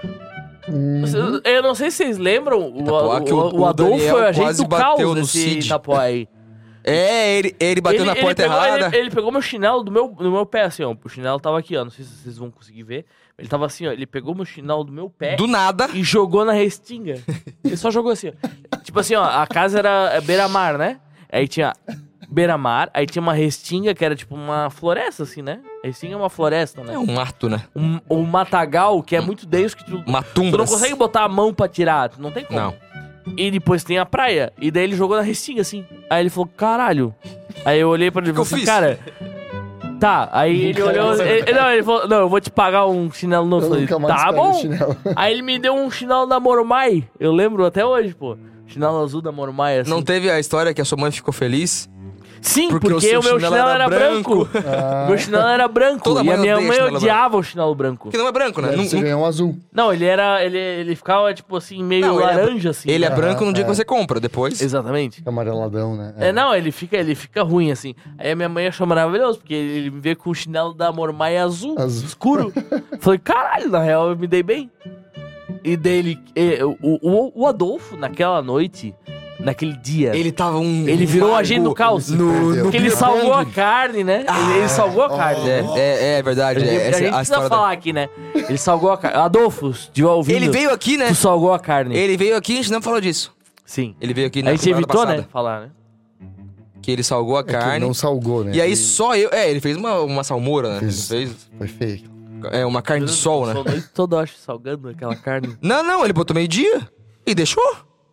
Uhum. Você- Eu não sei se vocês lembram, o, Itapoá o, que o- o, o Adolfo Daniel foi o agente quase do bateu caos no desse Cid. Itapoá aí. É, ele, ele bateu ele, na ele porta pegou, errada. Ele, ele pegou meu chinelo do meu, do meu pé, assim, ó. O chinelo tava aqui, ó. Não sei se vocês vão conseguir ver. Ele tava assim, ó. Ele pegou meu chinelo do meu pé Do nada. e jogou na restinga. Ele só jogou assim, ó. Tipo assim, ó. A casa era beira-mar, né? Aí tinha beira-mar, aí tinha uma restinga que era tipo uma floresta, assim, né? A restinga é uma floresta, né? É um mato, né? Um, um matagal que é muito denso que tu, Uma tu não tundra. consegue botar a mão pra tirar. Tu não tem como. Não. E depois tem a praia. E daí ele jogou na restinga, assim. Aí ele falou, caralho. Aí eu olhei pra ele e que eu falei assim, fiz? cara... Tá, aí ele olhou... Ele, não, ele falou, não, eu vou te pagar um chinelo novo. Eu Eu falei, nunca mais tá pego bom. chinelo. Aí ele me deu um chinelo da Mormai. Eu lembro até hoje, pô. Chinelo azul da Mormai, assim. Não teve a história que a sua mãe ficou feliz? Sim, porque porque, o seu o meu chinelo chinelo era era branco. Ah, O meu chinelo era branco. Toda e mãe a minha odeia mãe chinelo odiava o chinelo branco. Porque não é branco, né? deve Não- ser não- ganhar um azul. Não, ele era... Ele, ele ficava, tipo assim, meio Não, ele é- laranja, assim. Ele é né? branco no dia é. que você compra, depois. Exatamente. Amareladão, né? É, não, ele fica, ele fica ruim, assim. Aí a minha mãe achou maravilhoso, porque ele me veio com o chinelo da Mormai azul, Azul. escuro. Falei, caralho, na real eu me dei bem. E dele, e, o, o, o Adolfo, naquela noite, naquele dia, ele, Ele tava um. virou um largo agente do caos. Ele se perdeu. Porque ele beer salvou pong. a carne, né? ele, ele salvou a carne, É, né? é, é verdade. Ele- é, a essa gente é a precisa história da- falar aqui, né? Ele salvou a carne. Adolfo, se estiver ouvindo, Ele veio aqui, né? tu salvou a carne. Ele veio aqui, a gente não falou disso. Sim. Ele veio aqui A na gente temporada evitou, passada, né? Falar, né? Que ele salgou a É que carne. não salgou, né? E aí Ele só eu. É, ele fez uma, uma salmoura, né? Fez. Ele fez Foi feio. é, uma carne de sol, né? Passou a noite toda, eu acho, salgando aquela carne. Não, não, ele botou meio-dia e deixou.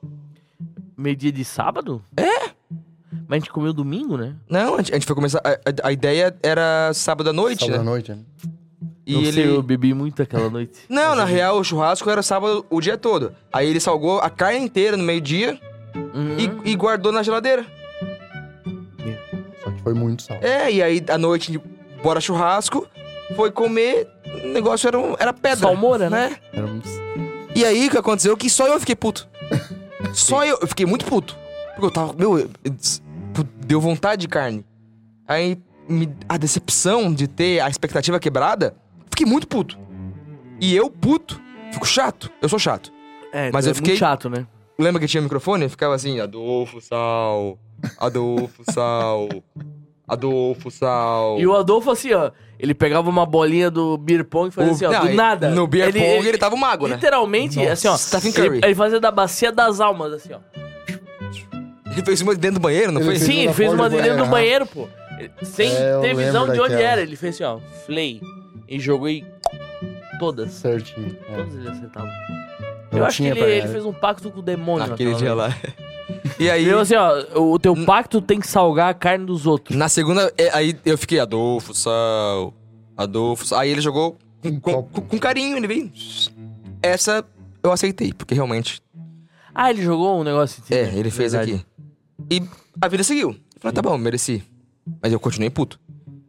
Meio-dia de sábado? É. Mas a gente comeu domingo, né? Não, a gente, a gente foi começar. A, a- a ideia era sábado à noite, Sábado à né? noite, né? E não ele. sei, eu bebi muito aquela noite. Não, na real, o churrasco era sábado o dia todo. Aí ele salgou a carne inteira no meio-dia Uhum. e, e guardou na geladeira. Só que foi muito sal. É, e aí à noite bora churrasco, foi comer, o negócio era, um, era pedra. Salmoura, né? Éramos... E aí, o que aconteceu? Que só eu fiquei puto. Só eu, eu fiquei muito puto. Porque eu tava, meu, eu- eu- deu vontade de carne. Aí, me- a decepção de ter a expectativa quebrada, fiquei muito puto. E eu, puto, fico chato. Eu sou chato. É, Mas é eu fiquei- muito chato, né? Lembra que tinha microfone? Eu ficava assim, Adolfo Sal, Adolfo Sal, Adolfo Sal. E o Adolfo, assim, ó, ele pegava uma bolinha do beer pong e fazia O- assim, ó, não, do ele- nada. No beer pong ele, tava um mago, né? Literalmente, Nossa, assim, ó, Stephen ele, Curry. ele fazia da bacia das almas, assim, ó. Ele fez uma dentro do banheiro, não Ele foi? fez Sim, uma ele fez fora uma do dentro do banheiro, banheiro, pô. Ele- Sem É, eu ter visão lembro de onde daquela. era. Ele fez assim, ó, flay. E jogou e todas. Certinho. É. Todas ele acertava. Não Eu acho que tinha ele, pra- ele fez um pacto com o demônio. Naquele naquela dia vez. lá. E aí, Ele falou assim, ó, o teu pacto tem que salgar a carne dos outros. na segunda, é, aí eu fiquei, Adolfo Sal, Adolfo Sal. Aí ele jogou com, com, com- com carinho, ele veio. Essa eu aceitei, porque realmente, Ah, ele jogou um negócio assim. é, né? ele fez Verdade. aqui. E a vida seguiu. Eu falei, tá bom, mereci. Mas eu continuei puto.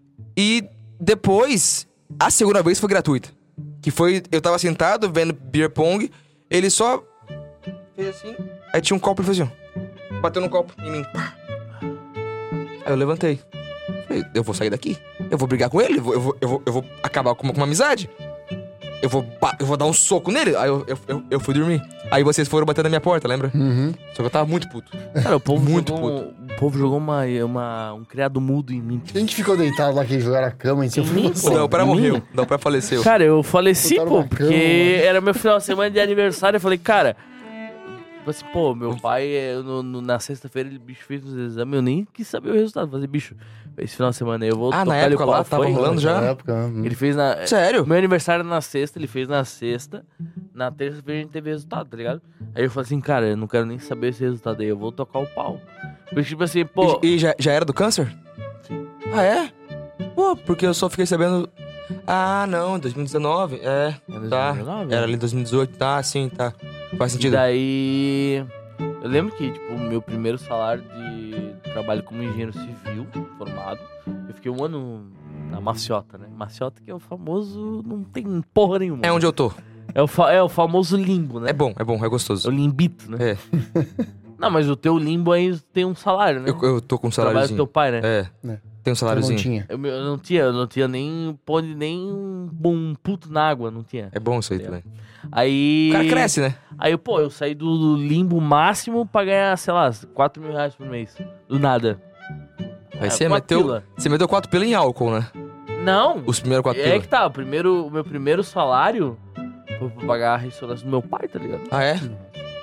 E depois, a segunda vez foi gratuita. Que foi, eu tava sentado vendo beer pong, ele só fez assim, aí tinha um copo e fez assim, ó. Bateu no copo em mim. Pá. Aí eu levantei. Falei, eu vou sair daqui. Eu vou brigar com ele, eu vou, eu vou, eu vou, eu vou acabar com uma, com uma amizade. Eu vou, ba- eu vou dar um soco nele. Aí eu, eu, eu, eu fui dormir. Aí vocês foram bater na minha porta, lembra? Uhum. Só que eu tava muito puto. Cara, o povo Muito jogou, um- o povo jogou uma, uma, um criado mudo em mim. Quem que ficou deitado lá, que jogaram a cama em cima? Em mim, Foi pô. Não, o Pra em morreu. mim? Não, o Pra faleceu. Cara, eu faleci, Botaram pô, na porque cama, mano. era meu final de semana de aniversário. Eu falei, cara, tipo assim, pô, meu pai, eh, no, no- na sexta-feira, ele bicho fez os exames, eu nem quis saber o resultado. Falei, bicho, esse final de semana aí eu vou Ah, na tocar época o pau. lá, tava Foi? rolando já? Na época, uhum. Ele fez na... Sério? Meu aniversário era na sexta, ele fez na sexta. Na terça-feira a gente teve resultado, tá ligado? Aí eu falei assim, cara, eu não quero nem saber esse resultado aí, eu vou tocar o pau. Porque, tipo assim, pô... E, e já, já era do câncer? Sim. Ah, é? Pô, porque eu só fiquei sabendo... Ah, não, dois mil e dezenove. É, Era tá. dois mil e dezenove, Era né? ali dois mil e dezoito. Tá, sim, tá. Faz E sentido. daí... Eu lembro que, tipo, o meu primeiro salário de trabalho como engenheiro civil, formado, eu fiquei um ano na maciota, né? Maciota que é o famoso... Não tem porra nenhuma. É onde eu tô. É o, fa- é o famoso limbo, né? É bom, é bom, é É o gostoso. limbito, né? É. Não, mas o teu limbo aí tem um salário, né? Eu, eu tô com um Trabalho do saláriozinho. teu pai, né? É, É. tem um Eu saláriozinho. não tinha. Eu, eu não tinha, eu não tinha nem pôde nem um, um puto na água, não tinha. É bom isso aí também. Aí. O cara cresce, né? Aí, pô, eu saí do limbo máximo pra ganhar, sei lá, quatro mil reais por mês. Do nada. Aí É, você quatro meteu, pila. você meteu quatro pila em álcool, né? Não! Os primeiros quatro é pila. que tá, o primeiro, o meu primeiro salário foi pra pagar a ressonância do meu pai, tá ligado? Ah, é? Foi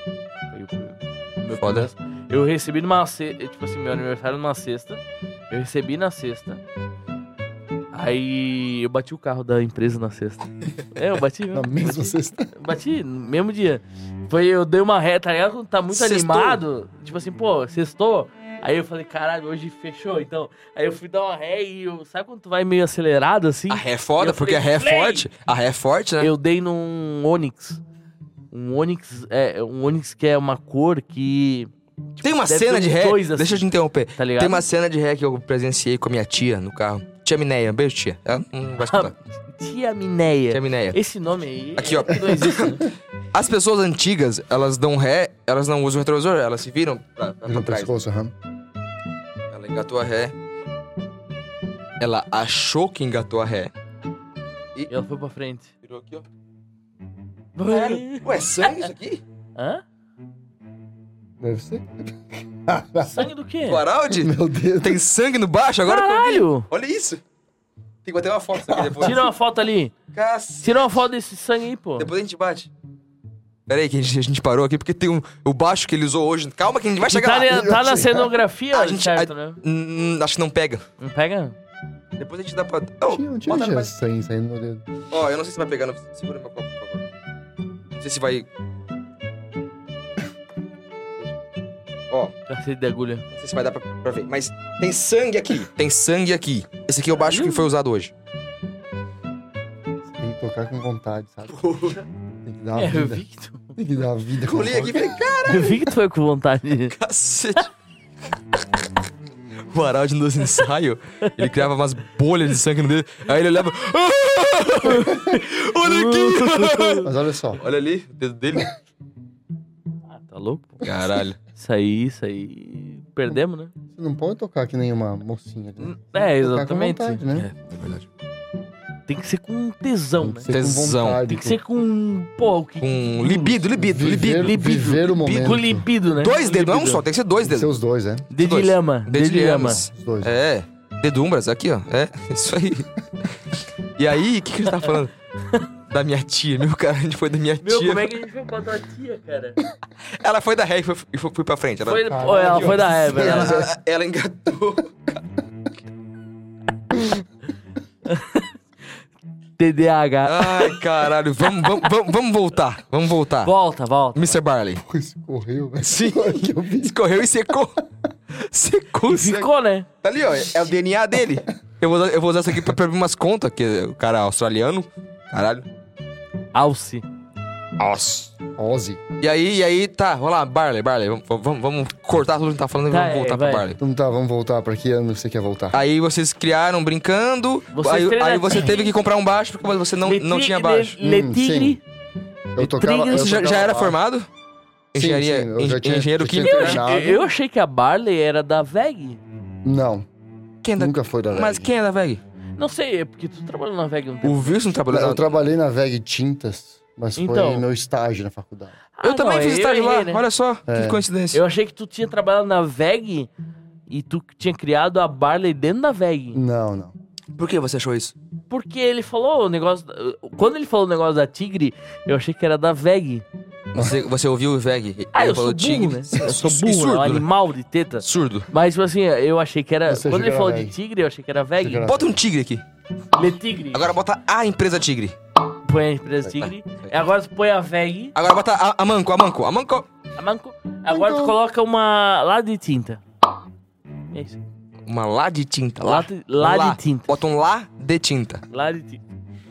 o- o meu Foda. primeiro- Eu recebi numa sexta, tipo assim, meu aniversário numa sexta. Eu recebi na sexta. Aí eu bati o carro da empresa na sexta. É, eu bati mesmo. Na mesma bati, sexta. bati no mesmo dia. Foi, eu dei uma ré, tá ligado? Quando tá muito Sextou. animado. Tipo assim, pô, sextou. Aí eu falei, caralho, hoje fechou, então. Aí eu fui dar uma ré e eu... Sabe quando tu vai meio acelerado assim? A ré é foda, Eu porque falei, a ré é "Play!" forte. A ré é forte, né? Eu dei num Onix. Um Onix, é, um Onix que é uma cor que... tipo, Tem uma deve cena ter de uns ré. dois, assim, Deixa eu te interromper. tá ligado? Tem uma cena de ré que eu presenciei com a minha tia no carro. Tia Mineia, beijo, tia. Ela não vai escutar. Tia Mineia. Tia Mineia. Esse nome aí... Aqui, é ó. que não existe, né? As pessoas antigas, elas dão ré, elas não usam retrovisor, elas se viram pra, pra, pra No trás. pescoço, aham. Ela engatou a ré. Ela achou que engatou a ré. E ela foi pra frente. Virou aqui, ó. Sério? Ué, sangue isso aqui? Hã? Deve ser. Sangue do quê? O Araldi? Meu Deus. Tem sangue no baixo agora? que eu vi. Caralho! Olha isso. Tem que bater uma foto aqui depois. Tira uma foto ali. Cacete. Tira uma foto desse sangue aí, pô. Depois a gente bate. Pera aí, que a gente, a gente parou aqui porque tem um, o baixo que ele usou hoje. Calma que a gente vai E chegar tá, lá. ne- tá na cenografia, A gente- certo, a- né? Hum, acho que não pega. Não pega? Depois a gente dá pra... Oh, Tinha, não tinha bota já mais- sangue saindo no dedo. Ó, eu não sei se vai pegar. Não... Segura meu copo, por favor. Não sei se vai... Ó, Cacete de agulha. não sei se vai dar pra, pra ver. Mas tem sangue aqui. Tem sangue aqui. Esse aqui é o baixo que foi usado hoje. Você tem que tocar com vontade, sabe? Tem que dar uma É, eu vida. vi que tu... Tem que dar uma vida. Eu li aqui e falei, cara, Eu vi que tu foi com vontade. cacete. o Araldi nos ensaios, ele criava umas bolhas de sangue no dedo. Aí ele olhava. Olha aqui! Mas olha só. Olha ali, o dedo dele. Ah, tá louco? pô? Caralho. Isso aí, isso aí... Perdemos, né? Você não pode tocar que nem uma mocinha. Né? É, Tocar com exatamente. vontade, né? É, é verdade. Tem que ser com tesão, Tem né? que ser Tesão. com vontade. Tem que ser com... Pô, o que... Com libido, libido, Viver, libido. viver o momento. Com libido, né? Dois Com dedos, não é um libido. só, tem que ser dois Tem que ser dedos. os dois, né? Dedo de Dois. lama. Dedo Dedo de de lama. lamas. Os dois. É, dedumbras, aqui, ó. É, isso aí. E aí, o que, que a gente tava falando? Da minha tia, meu cara, a gente foi da minha Meu, tia. como é que a gente foi pra tua tia, cara? Ela foi da ré e foi, e foi, foi pra frente. Ela, Foi, Caralho, pô, ela foi da Eva, ela, né? ela, ela engatou. T D A H. Ai, caralho. Vamos, vamos, vamos, vamos voltar. Vamos voltar. Volta, volta. mister Barley. Pô, escorreu, velho. Sim. Que eu vi. Escorreu e secou. Secou, E secou. ficou, né? Tá ali, ó. É o D N A dele. Eu vou, eu vou usar isso aqui pra, pra abrir umas contas, que o cara é australiano. Caralho. Alce. Nossa. Ozzy. E aí, e aí, tá, vamos lá, Barley, Barley. Vamos, vamos, vamos cortar tudo que a gente tá falando e Tá, vamos é, voltar pra vai. Barley. Então tá, vamos voltar. Pra que ano você quer voltar? Aí vocês criaram brincando, Vocês aí, treinaram- aí você teve que comprar um baixo porque você não, não tinha baixo. Le, Hum, Tigre. Eu tocava... Trigger, eu Você já, tocava já era baixo. formado? Sim, Engenharia, sim, eu já en- tinha- engenheiro já tinha químico? Eu, treinado. eu achei que a Barley era da V E G. Não, Quem é da... nunca foi da V E G. Mas quem é da V E G? Não sei, é porque tu trabalhou na V E G um tempo. O Wilson trabalhou Eu lá. trabalhei na V E G Tintas, mas Então. foi meu estágio na faculdade. Eu Ah, também não, fiz eu estágio errei, lá, né? olha só, É. que coincidência. Eu achei que tu tinha trabalhado na V E G e tu tinha criado a Barley dentro da V E G. Não, não. Por que você achou isso? Porque ele falou o negócio... da- Quando ele falou o negócio da Tigre, eu achei que era da V E G. Você, você ouviu o V E G? Ah, Ele eu falou sou burro, tigre. né? Eu sou E burro, surdo, né? Um né? animal de teta. Surdo. Mas, tipo assim, eu achei que era... Você Quando ele achou que falou era de V E G. Tigre, eu achei que era V E Achei que G. era- Bota um tigre aqui. Le Tigre. Agora bota a empresa tigre. Põe a empresa Tigre. E agora tu põe a V E G. Agora bota a, a manco, a manco, a manco. A manco. Agora tu coloca uma lá de tinta. É isso. Uma lá de tinta. Lá Lá, de- lá de tinta. Bota um lá de tinta. Lá de tinta.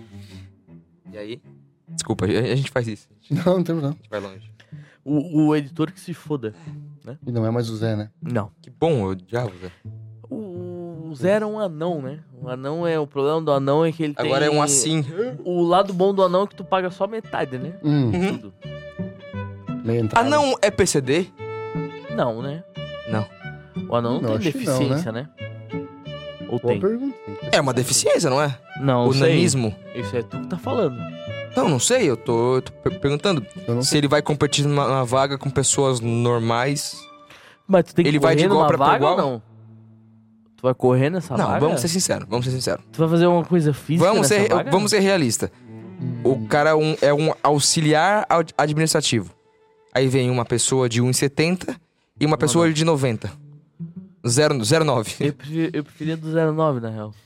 E aí? Desculpa, a a gente faz isso. Não, não temos não. A gente vai longe. O, o editor que se foda. E não é mais o Zé, né? Não. Que bom, eu diabo, Zé. O, o Zé era um anão, né? O anão é... O problema do anão é que ele tem... Agora é um assim. O lado bom do anão é que tu paga só metade, né? Hum, Uhum. Tudo. meia Ah, entrada. não é P C D? Não, né? Não. O anão não, Não, tem acho que não, deficiência, né? Ou Boa tem? pergunta. É uma deficiência, não é? Não, O sei. nanismo. Isso é tu que tá falando. Não, não sei, eu tô, eu tô per- perguntando. Eu não Se ele vai competir numa, numa vaga com pessoas normais. Mas tu tem que Ele correr vai de igual numa pra- pra vaga ou igual? não? Tu vai correr nessa não, vaga? vamos ser sinceros, vamos ser sinceros. Tu vai fazer uma coisa física Vamos nessa ser, vaga? vamos ser realistas. O cara é um, é um auxiliar ad- administrativo. Aí vem uma pessoa de um e setenta e uma pessoa de noventa. zero vírgula nove. Eu, prefer- eu preferia do zero nove, na real.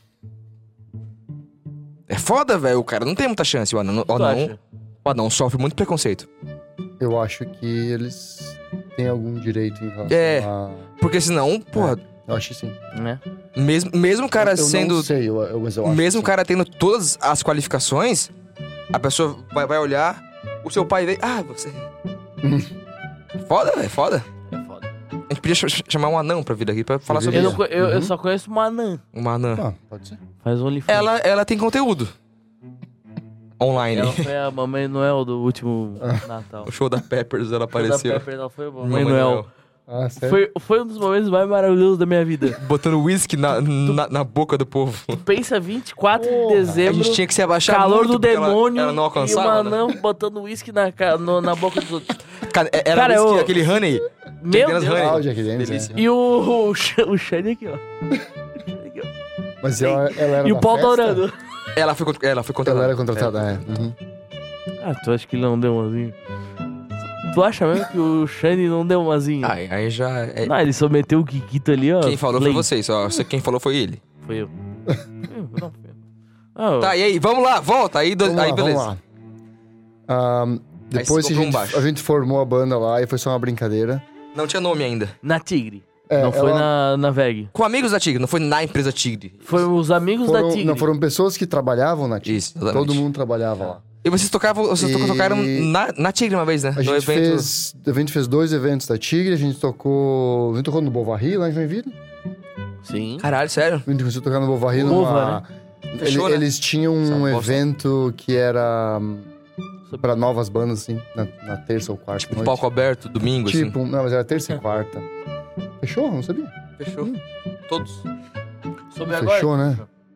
É foda, velho. O cara não tem muita chance. O anão, o Tu anão, acha? o anão sofre muito preconceito. Eu acho que eles têm algum direito em relação É. a... Porque senão, porra, Eu acho que sim. Né? mesmo, mesmo o cara eu sendo. não sei, eu, eu, mas eu acho Mesmo o que cara tendo todas as qualificações, a pessoa vai, vai olhar, o seu pai vem. Ah, você. Foda, velho, foda. É foda. A gente podia ch- chamar um anão pra vir aqui pra falar sobre Eu, Deveria. não, co- eu, eu Uhum. só conheço uma anã. uma anã. sim. Ah, pode ser. Faz OnlyFans. Ela, ela tem conteúdo. Online. Ela foi a Mamãe Noel do último Natal. O show da Peppers, ela Da apareceu. Pepper, ela foi a Mamãe, Mamãe Noel. Noel. Ah, sério? Foi, foi um dos momentos mais maravilhosos da minha vida. Botando whisky na, na, na boca do povo. Pensa vinte e quatro de Porra. A dezembro, gente tinha que se abaixar calor muito do porque ela- demônio ela não e alcançava, uma né? anã botando uísque na, ca- no- na boca dos outros. Cara, era Cara, whisky, eu- aquele honey. Meu Deus. Deus. Ah, o Jack Daniels, Delícia. é. E o, o, Sh- o Shane aqui, ó. Aqui, ó. Mas ela, ela era E o da pau festa? dourando. Ela foi, cont- ela foi Ela contratada. era contratada, é. Uhum. Ah, tu acha que ele não deu umazinho? Tu acha mesmo que o Shane não deu umazinho? Aí, aí já. é- Não, ele só meteu o Kikito ali, ó. Quem falou Play. foi vocês, ó. Você- Quem falou foi ele. Foi eu. eu não, foi eu. Ah, Tá, e aí? Vamos lá, volta. Aí, do- Vamos aí lá, beleza. vamos lá. Ahn, depois você que a comprou um gente, baixo. a gente formou a banda lá e foi só uma brincadeira. Não tinha nome ainda. Na Tigre. É, não foi ela- na, na V E G. Com amigos da Tigre, não foi na empresa Tigre. Foi os amigos Foram, da Tigre. não, foram pessoas que trabalhavam na Tigre. Isso, exatamente. Todo mundo trabalhava lá. E vocês tocavam, vocês E- tocaram na, na Tigre uma vez, né? A No gente, evento. fez, a gente fez dois eventos da Tigre, a gente tocou... A gente tocou no Bovary, lá em Joinville. Sim. Caralho, sério? A gente começou a tocar no Bovary Bova, numa... Fechou, Ele- né? Eles tinham um Essa bosta. evento que era hum, pra novas bandas, assim, na, na terça ou quarta Tipo, noite. palco aberto, domingo, Tipo, não, mas era terça e quarta. Fechou? Não sabia. assim. Fechou. Todos. Sobre agora. Fechou, né?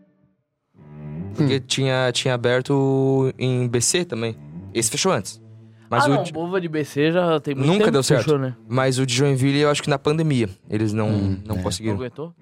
Porque tinha, tinha aberto em B C também. Esse fechou antes. Mas, ah, o, não, de- Bova de B C já tem muito Nunca tempo deu que certo. fechou, né? mas o de Joinville, eu acho que na pandemia. Eles não, Hum, não é. Não conseguiram. aguentou?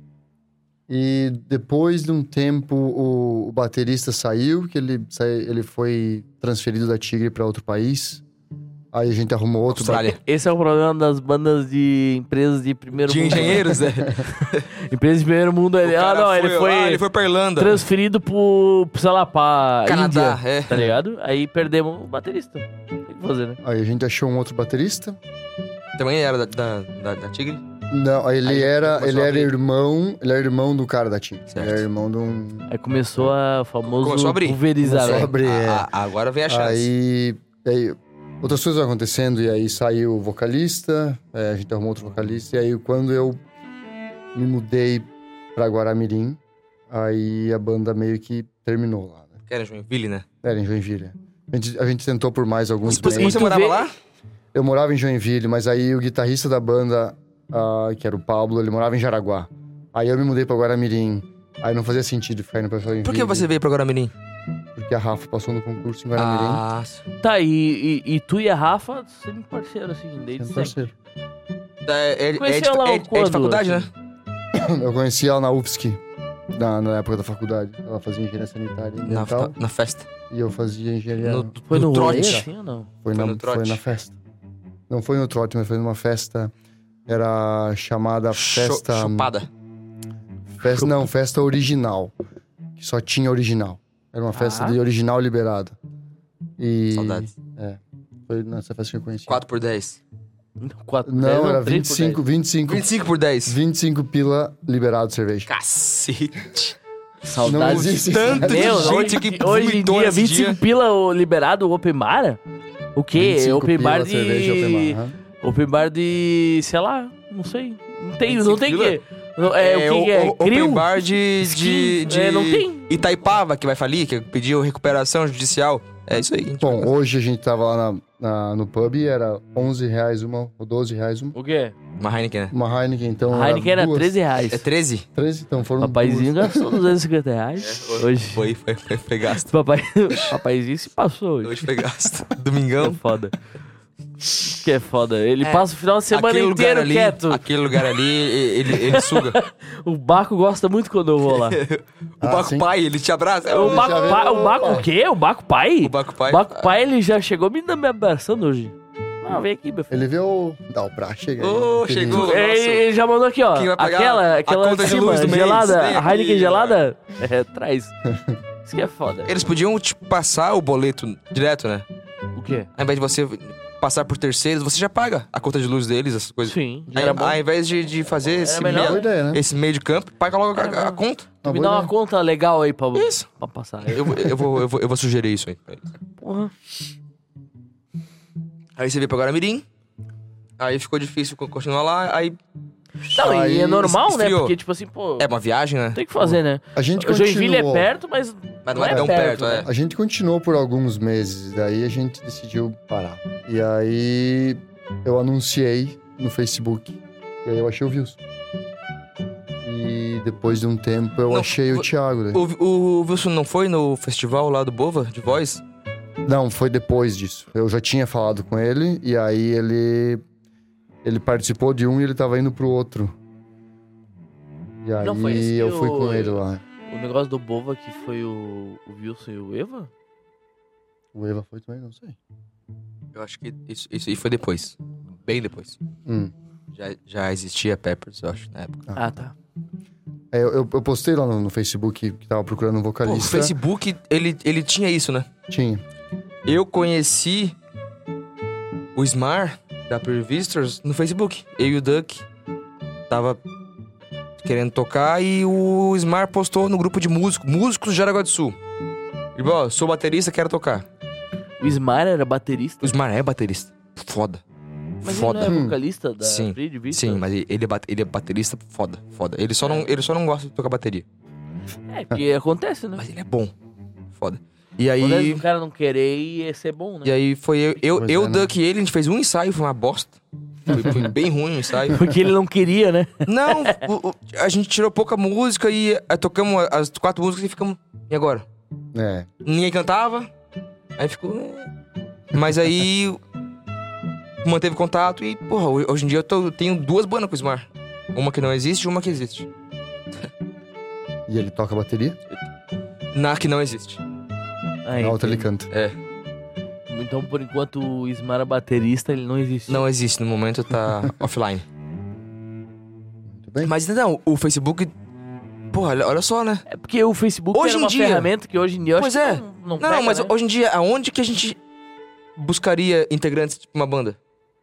E depois de um tempo, o, o baterista saiu, que ele, sai- ele foi transferido da Tigre pra outro país. Aí a gente arrumou outro Austrália. Esse é o problema das bandas de empresas de primeiro De mundo. engenheiros, né? Empresas de primeiro mundo. Ele, O ah, cara não, ele foi, lá, ele foi pra Irlanda. transferido pro, sei lá, pra Canadá, Índia, é. tá ligado? Aí perdemos o baterista. Tem que fazer, né? Aí a gente achou um outro baterista. Também era da, da, da, da Tigre? Não, aí ele Aí era, começou ele a era abrir. irmão, ele era irmão do cara da Tigre. Certo. Ele era irmão de um... Aí começou a o famoso Começou a abrir. pulverizar. Começou a né? abrir, é. A- a- agora vem a chance. Aí, aí outras coisas vão acontecendo e aí saiu o vocalista, é, a gente arrumou outro vocalista. E aí quando eu me mudei pra Guaramirim, aí a banda meio que terminou lá, né? Que era Joinville, né? Era em Joinville. A gente, a gente tentou por mais alguns Você, meses. você tu morava vê- lá? Eu morava em Joinville, mas aí o guitarrista da banda, ah, que era o Pablo, ele morava em Jaraguá. Aí eu me mudei pra Guaramirim. Aí não fazia sentido ficar indo pra Joinville. Por que você veio pra Guaramirim? Porque a Rafa passou no concurso em Guaramirim. Ah, Tá, e, e, e tu e a Rafa, sempre parceiro, assim, desde Sempre sempre. parceiro. é, é, é, Conheceu de, ela é, é de quando, faculdade, assim? né? Eu conheci ela na U F S C, na, na época da faculdade. Ela fazia engenharia sanitária e Na, ambiental. na festa. E eu fazia engenharia... No, Foi no, rolê, trote. assim, ou não? foi, foi na, no trote. foi na festa. Não foi no trote, mas foi numa festa... Era chamada festa... Cho- Chopada. festa não, festa original. Que só tinha original. Era uma festa Ah. de original liberada. E... Saudades. Foi nessa festa que eu conheci. quatro por dez. Quatro, Não, dez, era três por vinte e cinco, vinte e cinco, vinte e cinco por dez. vinte e cinco pila liberado de cerveja. Cacete. dez. Não Saudades. existe Tanto de Meu, gente hoje, que hoje em vomitou dia, nesse vinte e cinco dia. pila o liberado, o open bar? O quê? vinte e cinco Open pila bar de cerveja, open de... bar, aham. Open bar de... sei lá, não sei. Não tem, vinte e não cinco tem pila? que... não- É, o que que é? o- Crio? Open bar de, de, Skin? de É, não tem. Itaipava, que vai falir, que pediu recuperação judicial. É isso aí. a gente Bom, vai hoje a gente tava lá na, na- no pub e era onze reais uma, ou doze reais uma. O quê? fazer. Uma Heineken, né? Uma Heineken, então A Heineken era duas, treze reais. É treze? treze, então foram Papazinho duas. gastou duzentos e cinquenta reais. Hoje. Foi, foi, foi, foi gasto. Papai... Papazinho se passou hoje. Hoje foi gasto. Que é Domingão. foda. Que é foda. Ele É, passa o final de semana Aquele lugar inteiro ali, quieto. Aquele lugar ali, ele, ele suga. O Baco gosta muito quando eu vou lá. O Ah, Baco sim. Pai, ele te abraça. O já Baco viu? Pai, o Baco o quê? O Baco Pai? O Baco Pai. O Baco Pai, ele já chegou me, me abraçando hoje. Ah, vem aqui, meu filho. Ele veio dar o pra chegar. Ô, aí, chegou. querido. Ele, nossa. ele já mandou aqui, ó. Quem vai pagar Aquela, a aquela conta de de cima, luz do mês? gelada, Vem a aqui, Heineken gelada, é, traz. Isso que é foda. Eles podiam te passar o boleto direto, né? O quê? Ao invés de você passar por terceiros, você já paga a conta de luz deles, essas coisas. Sim, já Aí, era bom. ao invés de, de fazer esse melhor. Boa meio, ideia, né? esse meio de campo, paga logo a, a- a conta. Tu me boa dá uma ideia. conta legal aí pra, Isso. pra passar. Eu, vou- eu, vou, eu, vou, eu vou sugerir isso aí. Porra. Aí você veio pra Guaramirim. Aí ficou difícil co- continuar lá. Aí Não, e Aí é normal, né? esfriou. Porque, tipo assim, pô, é uma viagem, né? tem que fazer, né? A gente O Joinville é continuou. perto, mas Mas não é tão perto, é. A gente continuou por alguns meses, daí a gente decidiu parar. E aí eu anunciei no Facebook, e aí eu achei o Wilson. E depois de um tempo eu Não, achei o vo- Thiago. Daí. O, o Wilson não foi no festival lá do Bova, de voz? Não, foi depois disso. Eu já tinha falado com ele, e aí ele ele participou de um e ele tava indo pro outro. E aí Não foi esse que eu fui o- com ele lá. o negócio do Bova que foi o, o Wilson e o Eva? O Eva foi também, não sei. Eu acho que isso, isso aí foi depois. Bem depois. Hum. Já, já existia Peppers, eu acho, na época. Ah, tá. É, eu, eu- eu postei lá no, no Facebook que tava procurando um Pô, o vocalista. Facebook, ele, ele tinha isso, né? Tinha. Eu conheci o Smar da Pure Visitors no Facebook. Eu e o Duck tava querendo tocar e o Smar postou no grupo de músicos, músicos de Jaraguá do Sul. Ele falou, ó, sou baterista, quero tocar. O Smar era baterista. O Smar é baterista. Foda. Mas foda. ele não é vocalista da Sim, Free Victor? Sim, mas ele é, bate- ele é baterista foda, foda. Ele só, não, ele só não gosta de tocar bateria. É, porque acontece, né? Mas ele é bom. Foda. E Acontece aí... o cara não querer e ser bom, né? E aí foi eu, eu, Pois eu é, né? Duck e ele, a gente fez um ensaio, foi uma bosta. Foi, foi bem ruim o ensaio. Porque ele não queria, né? Não, o- o- a gente tirou pouca música e aí, tocamos as quatro músicas e ficamos... E agora? É. Ninguém cantava, aí ficou... é. Mas aí... Manteve contato e, porra, hoje em dia eu, tô- eu tenho duas bandas com o Ismar. Uma que não existe e uma que existe. E ele toca bateria, Na que não existe. Ah, na outra ele entendi. canta. É, Então, por enquanto, o Ismar é baterista, ele não existe. não existe, no momento tá offline. Muito bem. Mas não, o Facebook... Porra, olha- olha só, né? É porque o Facebook Hoje era em uma dia- ferramenta que hoje em dia eu Pois acho é. que não, não, Não, pega, não, mas né? hoje em dia, aonde que a gente buscaria integrantes de uma banda?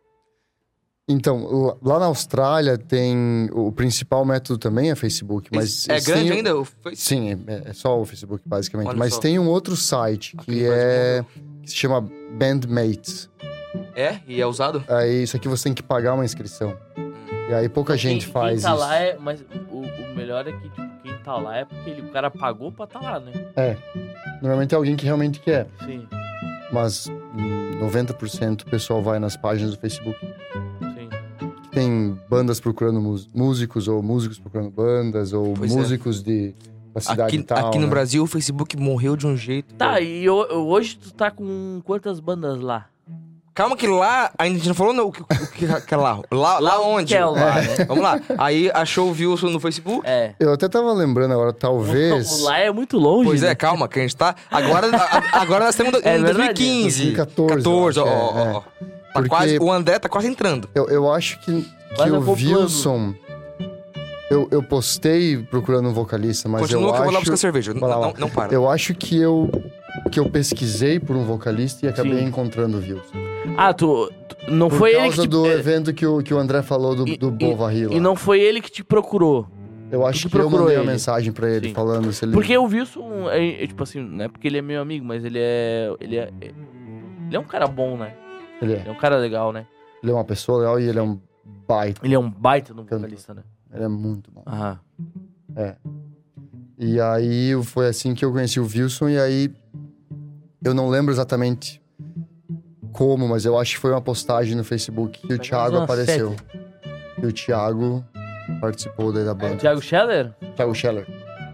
Então, o- lá na Austrália tem... O principal método também é Facebook, mas... é eles grande têm- ainda? o Face- Sim, é, é só o Facebook, basicamente. Olha Mas só. tem um outro site Aqui que no Brasil é... Que se chama Bandmates. É? E é usado? Aí, isso aqui você tem que pagar uma inscrição. E aí pouca gente quem, faz quem tá isso. lá é... Mas o, o melhor é que, tipo, quem tá lá é porque ele, o cara pagou pra tá lá, né? É. Normalmente é alguém que realmente quer. Sim, Mas hum, noventa por cento o pessoal vai nas páginas do Facebook. sim. Que tem bandas procurando mus- músicos, ou músicos procurando bandas, ou Pois é. músicos de, da cidade Aqui, e tal, aqui no né? Brasil, o Facebook morreu de um jeito. Tá, pô. e ho- hoje tu tá com quantas bandas lá? Calma que lá, a gente não falou não, o que, o que, que é lá. Lá, lá onde? Que é lá, né? Vamos lá. Aí achou o Wilson no Facebook. É. Eu até tava lembrando agora, talvez... O lá é muito longe, Pois né? é, calma, que a gente tá... Agora, a- agora nós estamos em É dois mil e verdade. quinze. dois mil e quatorze, quatorze, ó, eu acho, ó, é, ó. é. Tá Porque- quase, o André tá quase entrando. Eu, eu acho que, que Mas o acoplando. Wilson... Eu, eu postei procurando um vocalista, mas Continua eu que eu vou lá acho... buscar cerveja. Não, Vai lá, não, vai lá. não para. Eu acho que eu, que eu pesquisei por um vocalista e acabei Sim. encontrando o Wilson. Ah, tu... tu- não Por foi ele causa que te... do é, evento que o, que o André falou do, E- do e- Bovary lá. E não foi ele que te procurou. Eu acho tu que eu procurou mandei ele. uma mensagem pra ele Sim. falando se ele... Porque o Wilson, é, é, tipo assim, não é porque ele é meu amigo, mas ele é... Ele é, ele é um cara bom, né? Ele Ele é. é um cara legal, né? Ele é uma pessoa legal e ele é um baita. Ele é um baita no Cantor. vocalista, né? Ele é muito bom. Aham. É. E aí foi assim que eu conheci o Wilson e aí eu não lembro exatamente como, mas eu acho que foi uma postagem no Facebook que o Mas Thiago umas apareceu. E o Thiago participou daí da É o banda. Thiago Scheller? Thiago Scheller.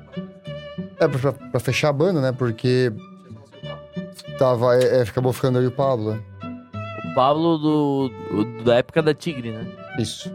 É, pra, pra fechar a banda, né? Porque tava, é, é, acabou ficando aí o Pablo, né? O Pablo do, do- da época da Tigre, né? Isso.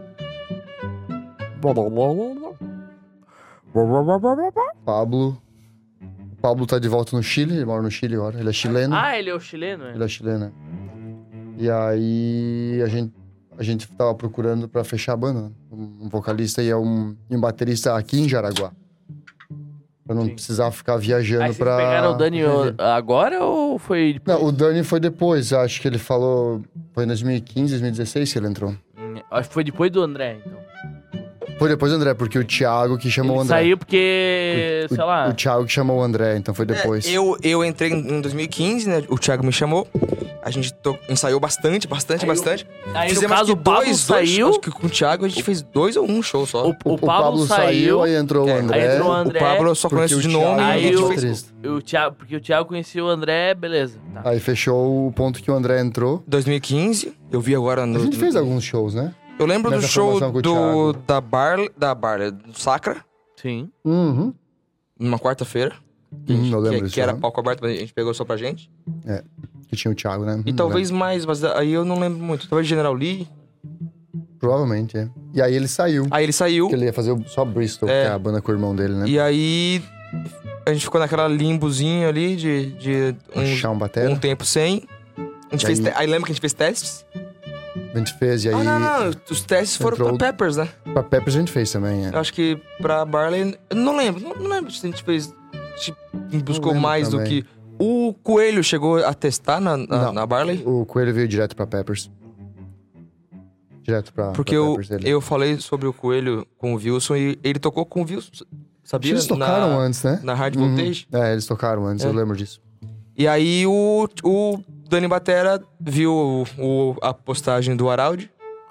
Pablo. O Pablo tá de volta no Chile, ele mora no Chile agora. Ele é chileno. Ah, ele é o chileno, Ele é? é chileno. E aí a gente, a gente tava procurando pra fechar a banda, né? Um vocalista e um, e um baterista aqui em Jaraguá. Pra não Sim. precisar ficar viajando Aí vocês pra... pegaram o Dani pra o- viver. agora ou foi depois? Não, o Dani foi depois. Acho que ele falou... Foi em dois mil e quinze, dois mil e dezesseis que ele entrou. Hum, Acho que foi depois do André, então. Foi depois do André, porque o Thiago que chamou Ele o André. saiu porque, o, sei lá... O Thiago que chamou o André, então foi depois. É, eu, eu entrei em dois mil e quinze, né? O Thiago me chamou. A gente to- ensaiou bastante, bastante, Aí bastante. Aí, no Fizemos caso, acho o que Pablo dois, dois, saiu... acho que com o Thiago a gente fez dois ou um show só. O, o Pablo, saiu... aí entrou É, o aí André. entrou o André, o Pablo eu só porque conheço o de Thiago nome. é Aí e a gente o- fez baterista. o Thiago, porque o Thiago conhecia o André, beleza. Tá. Aí fechou o ponto que o André entrou. dois mil e quinze, eu vi agora no... A gente fez no- alguns shows, né? Eu lembro do nessa show formação com o do, Thiago. da Barley, da Barley, do Sacra, Sim. Uhum. numa quarta-feira. Que, Hum, eu lembro que, disso, que era né? palco aberto, mas a gente pegou só pra gente. Que tinha o Thiago, né? E Hum, talvez mais, mas aí eu não lembro muito. Talvez General Lee. lembro. Provavelmente, é. E aí ele saiu. Aí ele saiu. Porque ele ia fazer o- só Bristol, É. que é a banda com o irmão dele, né? E aí a gente ficou naquela limbozinho ali de, de Achar um, um batera. um tempo sem. A gente E fez aí- te- aí lembra que a gente fez testes? A gente fez, e aí... Ah, não, não. Os testes foram entrou- pra Peppers, né? Pra Peppers a gente fez também, é. Eu acho que pra Barley. Eu não lembro. Não, não lembro se a gente fez. Se buscou lembro mais do também. que. O Coelho chegou a testar na, na, Não. na Barley? O Coelho veio direto pra Peppers. Direto pra, Porque pra eu, Peppers dele. eu falei sobre o Coelho com o Wilson e ele tocou com o Wilson. Sabia? Eles tocaram na, antes, né? Na Hard Uhum. Voltage. É, eles tocaram antes, É. eu lembro disso. E aí o, o Dani Batera viu o, o- a postagem do Araldi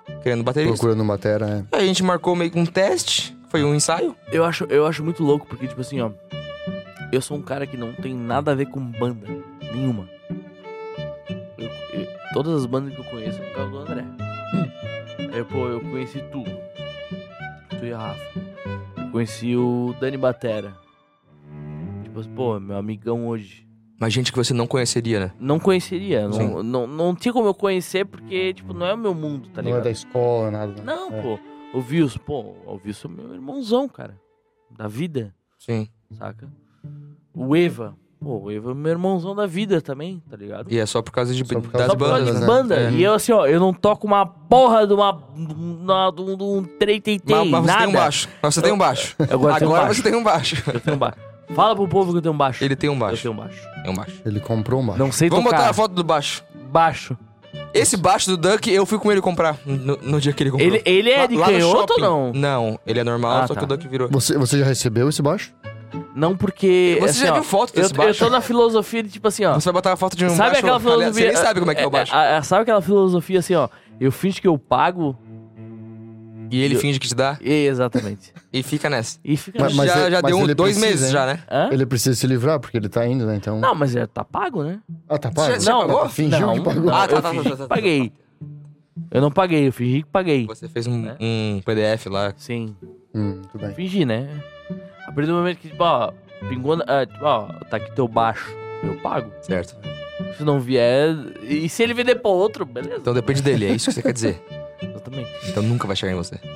querendo baterista. Procurando batera, né? Aí a gente marcou meio que um teste, foi um ensaio. Eu acho, eu acho muito louco, porque, tipo assim, ó. Eu sou um cara que não tem nada a ver com banda. Nenhuma. Eu- eu- todas as bandas que eu conheço é por causa do André. Aí, pô, eu conheci tu. Tu e a Rafa. Eu conheci o Dani Batera. Tipo assim, pô, meu amigão hoje. Mas gente que você não conheceria, né? Não conheceria. Sim. Não, não, não tinha como eu conhecer, porque, tipo, não é o meu mundo, tá Não é ligado? da escola, nada. né? Não, É. pô. O Wilson, pô, o Wilson é meu irmãozão, cara. Da vida. Sim. Saca? O Eva. Pô, o Eva é meu irmãozão da vida também, tá ligado? E é só por causa de, Só por causa das Só por causa bandas, de né? banda. É. E eu, assim, ó, eu não toco uma porra de uma. uma- de um, de um trei-tei-tei, Mas, mas você nada. tem um baixo. Mas você tem um baixo. Agora, tem um Agora baixo. você tem um baixo. Eu tenho um baixo. Fala pro povo que eu tenho um baixo. Ele tem um Eu baixo. tenho um baixo. Tem um baixo. Ele comprou um baixo. Não sei Vamos tocar. botar a foto do baixo. Baixo. Esse baixo do Duck, eu fui com ele comprar no, no dia que ele comprou. Ele, ele é Lá- de lá no canhoto ou shopping. não? Não, ele é normal, Ah, só tá. que o Duck virou. Você, você já recebeu esse baixo? Não, porque. Você assim, já ó, viu foto eu, desse eu baixo? tô na filosofia de tipo assim, ó. Você vai botar a foto de um Sabe baixo... aquela filosofia. Você nem sabe como é que é o baixo. é, é, sabe aquela filosofia assim, ó. Eu finge que eu pago. E ele eu- finge que te dá E, exatamente. e fica nessa. E fica. Mas- mas já ele- já mas deu um- ele dois precisa, meses hein? já, né? Hã? Ele precisa se livrar, porque ele tá indo, né? Então... Não, mas já tá pago, né? Ah, tá pago? Você- você não, pagou? Fingiu não, que pagou. não, Ah, tá, eu tá, fingi tá, que tá, tá. paguei. Eu não paguei, eu fingi que paguei. Você fez um, É. um P D F lá. Sim. Hum, tudo bem. Fingi, né? A partir do momento que, tipo, ó, pingou. na- ah, tipo, ó, tá aqui teu baixo. Eu pago. Certo. Se não vier. E se ele vender pra outro, beleza. Então depende dele, é isso que você quer dizer. Exatamente. Então nunca vai chegar em você.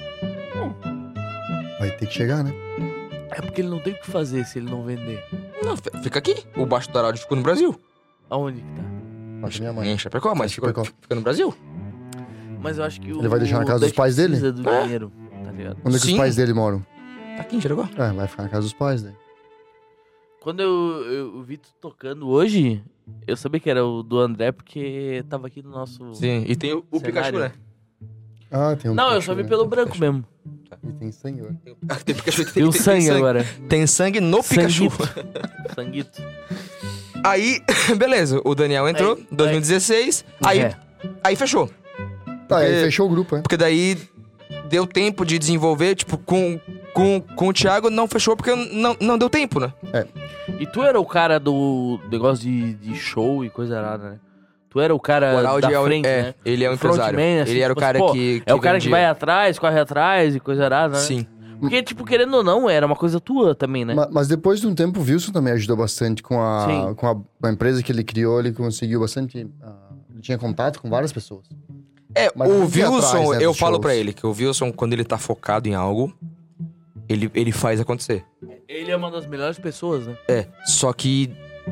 Vai ter que chegar, né? É porque ele não tem o que fazer se ele não vender. Não, fi- fica aqui. O baixo do Araldi ficou no Brasil. Aonde que tá? Passa minha mãe. Em Chapecó, mas ficou, Chapecó. fica no Brasil. Mas eu acho que o. Ele vai deixar na casa o dos Dutch pais dele? precisa do dinheiro, tá ligado? Onde é que Sim. os pais dele moram? Tá aqui em Jaraguá. É, vai ficar na casa dos pais dele. Quando eu, eu, eu vi tu tocando hoje, eu sabia que era o do André porque tava aqui no nosso. Sim, e tem o, o Pikachu, Cenário. né? Ah, tem um Não, eu Pikachu, só vi né? pelo Tem branco Pikachu. mesmo. E tem sangue, ó. Ah, tem Pikachu, tem, Tem o tem- tem sangue agora. Tem sangue no Pikachu. Sanguito. Sanguito. Aí, beleza, o Daniel entrou Aí, em dois mil e dezesseis. Aí, É. aí fechou. Tá, aí Porque- fechou o grupo, é. Porque daí deu tempo de desenvolver, tipo, com, com, com o Thiago não fechou porque não, não deu tempo, né? E tu era o cara do negócio de, de show e coisa errada, né? Tu era o cara O Araldi da é, o- frente, é, né? ele é o O empresário. frontman, assim, ele era o tipo cara assim, pô, que, É o cara que vendia. vai atrás, corre atrás e coisa errada, né? Sim. Porque, tipo, querendo ou não, era uma coisa tua também, né? Ma- Mas depois de um tempo, o Wilson também ajudou bastante com a, Sim. com a, com a empresa que ele criou. Ele conseguiu bastante. ah, ele tinha contato com várias pessoas. É, Mas o tem que ir Wilson, atrás, né, eu dos falo shows. pra ele que o Wilson, quando ele tá focado em algo, ele, ele faz acontecer. Ele é uma das melhores pessoas, né? É, só que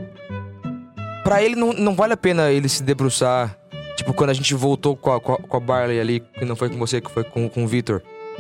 pra ele não, não vale a pena ele se debruçar. Tipo, quando a gente voltou com a, com a, com a Barley ali, que não foi com você, que foi com, com o Victor.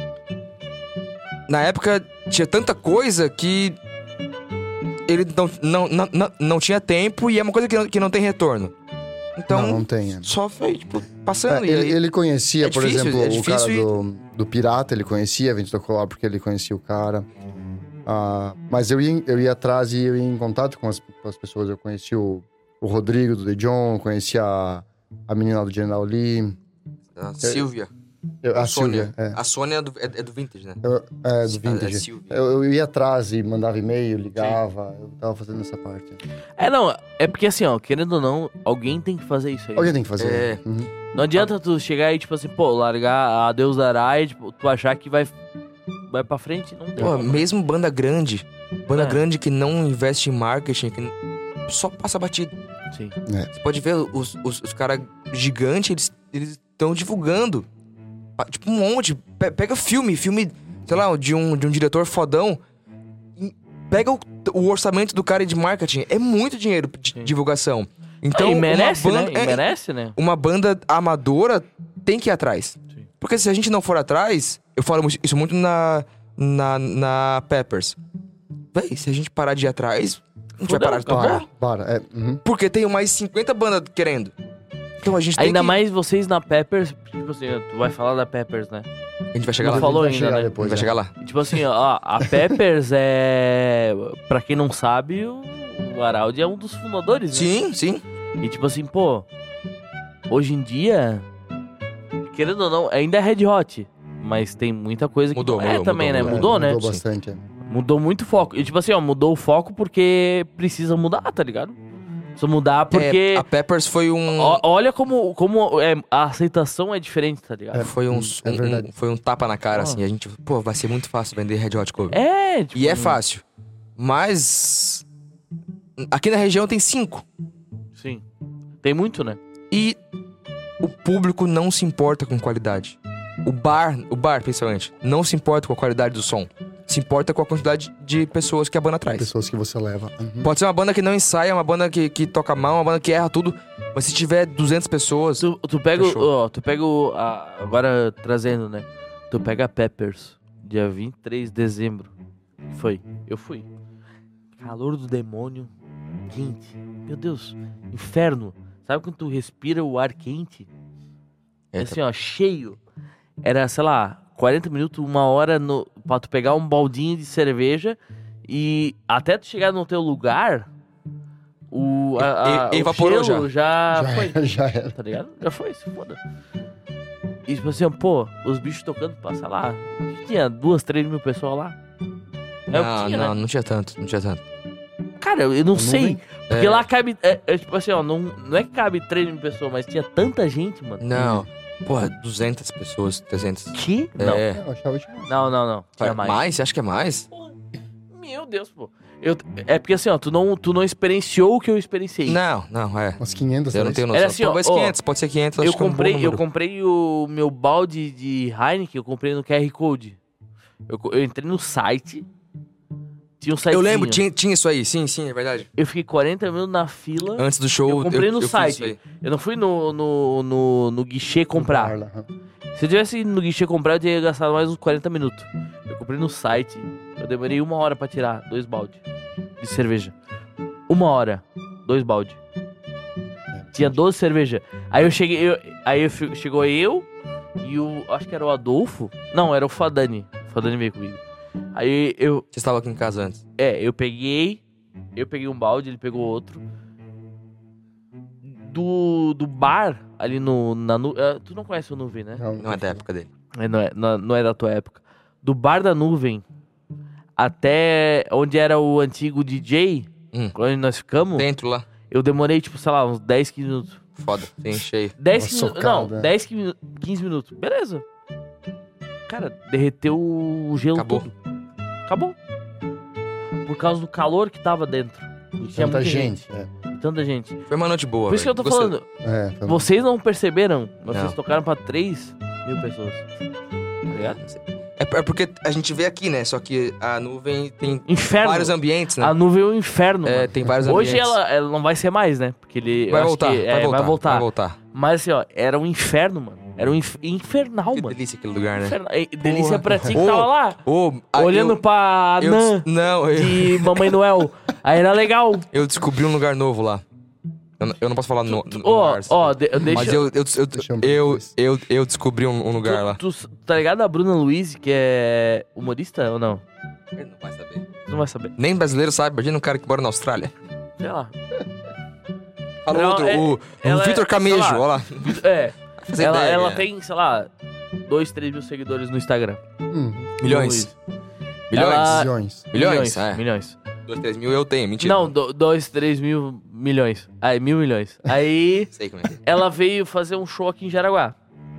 Na época, tinha tanta coisa que ele não, não, não, não, não tinha tempo e é uma coisa que não, que não tem retorno. Então, Não, não tem, é. só foi, tipo, É, passando. e ele, aí- ele conhecia, É por difícil, exemplo, é o cara difícil e- do, do Pirata, ele conhecia, a gente tocou lá porque ele conhecia o cara. Ah, mas eu ia, eu ia atrás e eu ia em contato com as, com as pessoas. Eu conheci o, o Rodrigo do The John, conheci a, a menina lá do General Lee, A Silvia. eu- a, a Sônia. Silvia. É, A Sônia é do, é, é do Vintage, né? Eu- é, do É- é Vintage. Silvia. eu, eu ia atrás e mandava e-mail, ligava, eu tava fazendo essa parte. É, não, é porque assim, ó, querendo ou não, alguém tem que fazer isso aí. Alguém tem que fazer. É. Uhum. Não adianta tu chegar e, tipo assim, pô, largar a Deus dará e, tipo, tu achar que vai, vai pra frente, não tem Pô, como. mesmo banda grande, banda É. grande que não investe em marketing, que n- só passa batido. Sim. Você pode ver os, os, os caras gigantes, eles eles estão divulgando. Pa- Tipo, um monte. Pe- Pega filme, filme, sei lá, de um, de um diretor fodão. e Pega o, o orçamento do cara de marketing. É muito dinheiro de Sim. divulgação. Então, É, e merece, uma banda, né? E é, merece, né? uma banda amadora tem que ir atrás. Sim. Porque se a gente não for atrás, eu falo isso muito na, na, na Peppers. Véi, se a gente parar de ir atrás, a gente vai Fudeu, parar de tocar. Para, para. É, uhum. Porque tem mais cinquenta bandas querendo. Então a gente tem Ainda que... mais vocês na Peppers, tipo assim, tu vai falar da Peppers, né? A gente vai chegar Não lá. falou Vai ainda, chegar né? depois, vai é. chegar lá. E, tipo assim, ó, a Peppers é... Pra quem não sabe, o o Araldi é um dos fundadores, né? Sim, sim. E tipo assim, pô, hoje em dia, querendo ou não, ainda é Red Hot. Mas tem muita coisa que Mudou, não é mudou, também, mudou, né? É, Mudou, né? Mudou bastante, é. Mudou muito o foco. E tipo assim, ó, mudou o foco porque precisa mudar, tá ligado? Precisa mudar porque... É, a Peppers foi um... ó- olha como, como é, a aceitação é diferente, tá ligado? Foi um, É um- verdade. um- foi um tapa na cara, Ah. assim. A gente, pô, vai ser muito fácil vender Red Hot Cover. É, tipo... E é fácil. Mas... Aqui na região tem cinco. Sim. Tem muito, né? E o público não se importa com qualidade. O bar, o bar principalmente, não se importa com a qualidade do som. Se importa com a quantidade de pessoas que a banda traz. Pessoas que você leva. Uhum. Pode ser uma banda que não ensaia, uma banda que, que toca mal, uma banda que erra tudo. Mas se tiver duzentas pessoas... Tu, tu pega, o- Fechou. ó, tu pega o, a- agora trazendo, né? Tu pega a Peppers, dia vinte e três de dezembro. Foi, eu fui. Calor do demônio, quente. Meu Deus, inferno. Sabe quando tu respira o ar quente? É, Assim, ó, cheio. Era, sei lá, quarenta minutos, uma hora no, pra tu pegar um baldinho de cerveja e até tu chegar no teu lugar, o, a, a, E- o evaporou gelo já, já, foi. era, já era. Tá ligado? Já foi, se foda. E tipo assim, pô, os bichos tocando pra, sei lá, tinha duas, três mil pessoas lá. É o que Não, tinha, não, né? não tinha tanto, não tinha tanto. Cara, eu não A sei. nuvem? Porque É. lá cabe. É, é tipo assim, ó, não, não é que cabe três mil pessoas, mas tinha tanta gente, mano. Não. Porra, duzentas pessoas, trezentas. Que? Não. É. Eu achava demais. Não, não, não. Tinha mais. mais. Você acha que é mais? Meu Deus, pô. Eu, é porque assim, ó, tu não, tu não experienciou o que eu experienciei. Não, não, é. Umas quinhentas, Eu não talvez. tenho noção. Era assim, ó, Talvez ó, quinhentas, pode ser quinhentas. Eu acho que é um bom comprei, eu número. comprei o meu balde de Heineken, eu comprei no Q R Code. Eu, co- eu entrei no site. Tinha um site. Eu lembro, tinha, tinha isso aí, sim, sim, é verdade. Eu fiquei quarenta minutos na fila. Antes do show, Eu comprei no fiz site. isso aí. Eu não fui no, no, no, no guichê comprar. Carla, aham. Se eu tivesse ido no guichê comprar, eu teria gastado mais uns quarenta minutos. Eu comprei no site. Eu demorei uma hora pra tirar dois baldes de cerveja. Uma hora. Dois baldes. Tinha doze cerveja. Aí eu cheguei. Eu, aí eu, fi- chegou eu e o. Acho que era o Adolfo. Não, era o Fadani. O Fadani veio comigo. Aí eu. Você estava aqui em casa antes. É, eu peguei. Eu peguei um balde, ele pegou outro. Do, do bar ali no. Na, nu- eh, tu não conhece o Nuvem, né? Não é da época dele. É, não, é, não, não é da tua época. Do bar da Nuvem até onde era o antigo D J, Hum. onde nós ficamos, Dentro lá. eu demorei, tipo, sei lá, uns dez, quinze minutos. Foda, tem cheio. dez, Uma quinze minutos. socada. Não, dez, quinze minutos. Beleza. Cara, derreteu o gelo Acabou. todo. Acabou. Por causa do calor que tava dentro. E tinha Tanta muita gente. É. E tanta gente. Foi uma noite boa. Por isso que eu velho. tô Gostei. falando, É, tá- vocês não perceberam, mas Não. vocês tocaram pra três mil pessoas. Tá ligado? É, é porque a gente vê aqui, né? Só que a nuvem tem Inferno. vários ambientes, né? A nuvem é um inferno, É, mano. tem vários Hoje ambientes. ela, ela não vai ser mais, né? Porque ele. eu vai acho voltar, que, vai, é, voltar vai voltar. vai voltar. Mas assim, ó, era um inferno, mano. Era um inf- infernal, Que mano. delícia aquele lugar, né? Inferno- e- Delícia Porra. pra ti que Ô, tava lá. Ô, a- olhando eu, pra eu, Anã Não, eu, de Mamãe Noel. Aí era legal. eu descobri um lugar novo lá. Eu, não- eu não posso falar no, no Ó, lugar, ó, de- deixa. Mas eu, eu, eu, Deixa eu- eu, eu, eu descobri um, um lugar lá. tu, tu tá ligado a Bruna Luiz, que é humorista ou não? Ele não vai saber. Tu não vai saber. Nem brasileiro sabe, imagina um cara que mora na Austrália. Sei lá. Fala o Não, outro, é- o, o ela é- Vitor sei Camejo, lá. olha lá. É. Fazer Ela, ideia, ela é. tem, sei lá, dois, três mil seguidores no Instagram. Hum, Milhões. Bruna Milhões? Ela- milhões. Milhões? Milhões. É. Milhões. Dois, três mil eu tenho, mentira. Não, do, dois, três mil milhões. Aí, mil milhões. Aí Sei como é que é. ela veio fazer um show aqui em Jaraguá.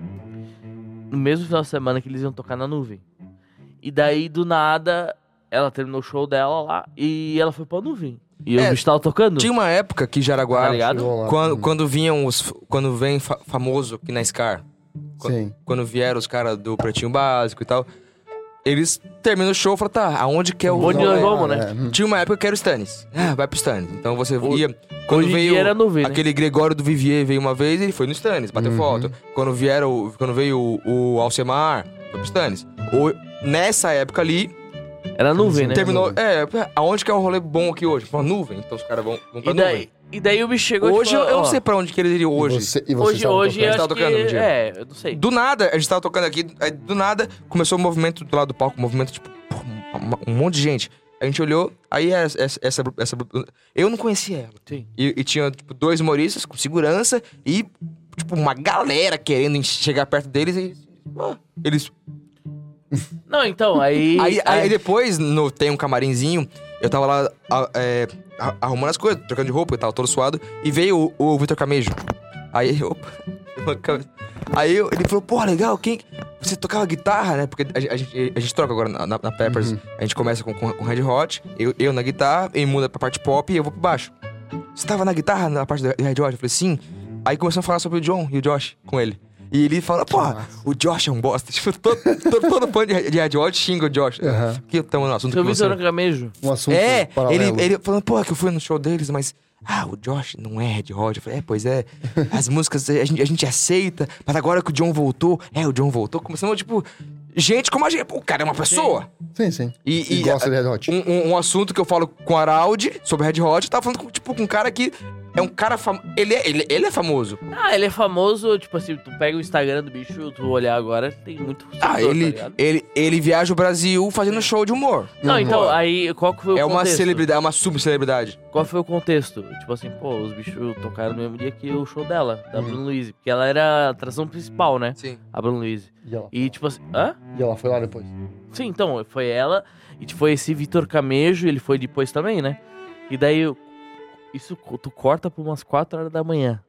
No mesmo final de semana que eles iam tocar na nuvem. E daí, do nada, ela terminou o show dela lá e ela foi pra nuvem. E É, o bicho tava tocando. Tinha uma época que Jaraguá, Tá ligado? Chegou lá. quando, Hum, quando vinham os... Quando vem fa- famoso aqui na Scar, Sim. quando vieram os caras do Pretinho Básico e tal, eles terminam o show e falam, tá, aonde que é o... Onde nós vamos, né? É, hum. Tinha uma época que era o Stannis. Ah, vai pro Stannis. Então você O- ia... Quando Hoje em veio dia era nuvem, né? aquele Gregório do Vivier veio uma vez, ele foi no Stannis, bateu Uhum. foto. Quando, vieram, quando veio o, o Alcemar, foi pro Stannis. O, nessa época ali, Era nuvem, né? terminou... É, aonde que é o rolê bom aqui hoje? Uma nuvem. Então os caras vão, vão pra E daí, nuvem. e daí o bicho chegou Hoje e eu, falou, eu não ó, sei pra onde que eles iriam hoje. E você, e você Hoje, estava hoje tocando? acho Tava tocando que... um dia. É, eu não sei. Do nada, a gente tava tocando aqui, aí do nada começou o movimento do lado do palco, um movimento tipo, pô, um, um monte de gente. A gente olhou, aí essa, essa, essa, essa- eu não conhecia ela. Sim. E, e tinha tipo, dois humoristas com segurança e tipo, uma galera querendo chegar perto deles e... ah, eles... Não, então, aí... Aí, aí depois, no, tem um camarinzinho, eu tava lá a- é, a- arrumando as coisas, trocando de roupa, eu tava todo suado, e veio o, o Vitor Camejo. Aí, opa... Aí eu- ele falou, pô, legal, quem... Você tocava guitarra, né? Porque a, a gente, a gente troca agora na, na- na Peppers. Uhum. A gente começa com, com, com Red Hot, eu, eu na guitarra, ele muda pra parte pop e eu vou pro baixo. Você tava na guitarra, na parte do Red Hot? Eu falei, sim. Aí começamos a falar sobre o John e o Josh com ele. E ele fala, pô, o Josh é um bosta. Tipo, todo, todo, todo fã de, de Red Hot xinga o Josh. Aham. Porque estamos no assunto Seu que você... Vitor Camejo. Um assunto É, paralelo. ele, ele falando, pô, que eu fui no show deles, mas... Ah, o Josh não é Red Hot. Eu falei, é, pois é. As músicas a gente, a gente aceita, mas agora que o John voltou... É, o John voltou. Começamos, tipo... Gente como a gente... O cara é uma pessoa. Sim, sim. E, E e gosta a- de Red Hot. Um, um- um assunto que eu falo com o Araldi sobre Red Hot, eu tava falando com, tipo, com um cara que... É um cara famoso. Ele, é- ele, ele é famoso. Ah, ele é famoso, tipo assim, tu pega o Instagram do bicho, tu olhar agora, tem muito Ah, seguidor, ele, tá ligado? ele, ele viaja o Brasil fazendo show de humor. Não, então, aí, qual que foi o É uma contexto? celebridade, é uma subcelebridade. Qual foi o contexto? Tipo assim, pô, os bichos tocaram no mesmo dia que o show dela, da Uhum. Bruna Luiz. Porque ela era a atração principal, né? Sim. A Bruna Luiz. E ela, E tipo assim, hã? e ela foi lá depois. Sim, então, foi ela. E tipo, foi esse Vitor Camejo, ele foi depois também, né? E daí, eu- isso tu corta por umas quatro horas da manhã.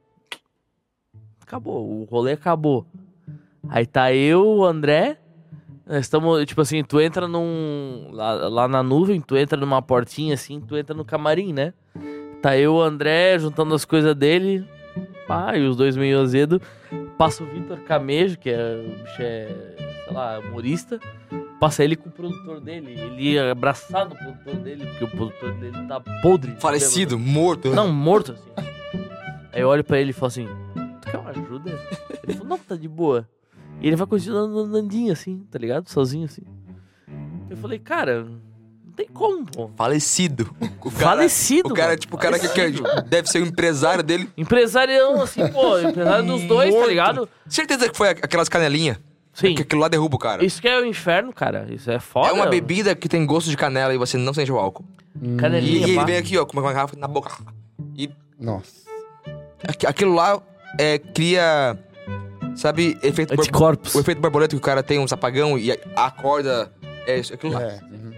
Acabou, o rolê acabou. Aí tá eu, o André. Nós estamos, tipo assim, tu entra num. Lá, lá na nuvem, tu entra numa portinha assim, tu entra no camarim, né? Tá eu, o André, juntando as coisas dele. Pá, e os dois meio azedo. Passa o Vitor Camejo, que é, o bicho é, sei lá, humorista. Passa ele com o produtor dele. Ele é abraçado no produtor dele, porque o produtor dele tá podre. de Falecido, morto. bêbado. Não, morto, assim. Aí eu olho pra ele e falo assim, tu quer uma ajuda? Ele falou, não, tá de boa. E ele vai continuando andandinho, assim, tá ligado? Sozinho, assim. Eu falei, cara, não tem como, pô. Falecido. O cara, Falecido, O cara, mano. tipo, o cara que, que deve ser o empresário dele. Empresarião, assim, pô, empresário dos dois, tá Morto. ligado? Certeza que foi aquelas canelinhas? Sim. Que aquilo lá derruba o cara. Isso que é o inferno, cara. Isso é foda. É uma bebida que tem gosto de canela e você não sente o álcool. E, Canelinha, e ele pá. vem aqui, ó, com uma garrafa na boca. E Nossa. aqu- aquilo lá é, cria... Sabe, efeito borbo- Anticorpos. o efeito borboleta que o cara tem um apagão e a- acorda... É isso, aquilo lá. É. uhum.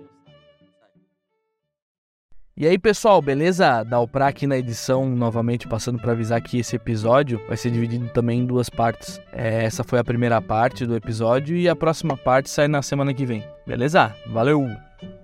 E aí, pessoal, beleza? Dalprá aqui na edição, novamente passando para avisar que esse episódio vai ser dividido também em duas partes. É, essa foi a primeira parte do episódio e a próxima parte sai na semana que vem. Beleza? Valeu!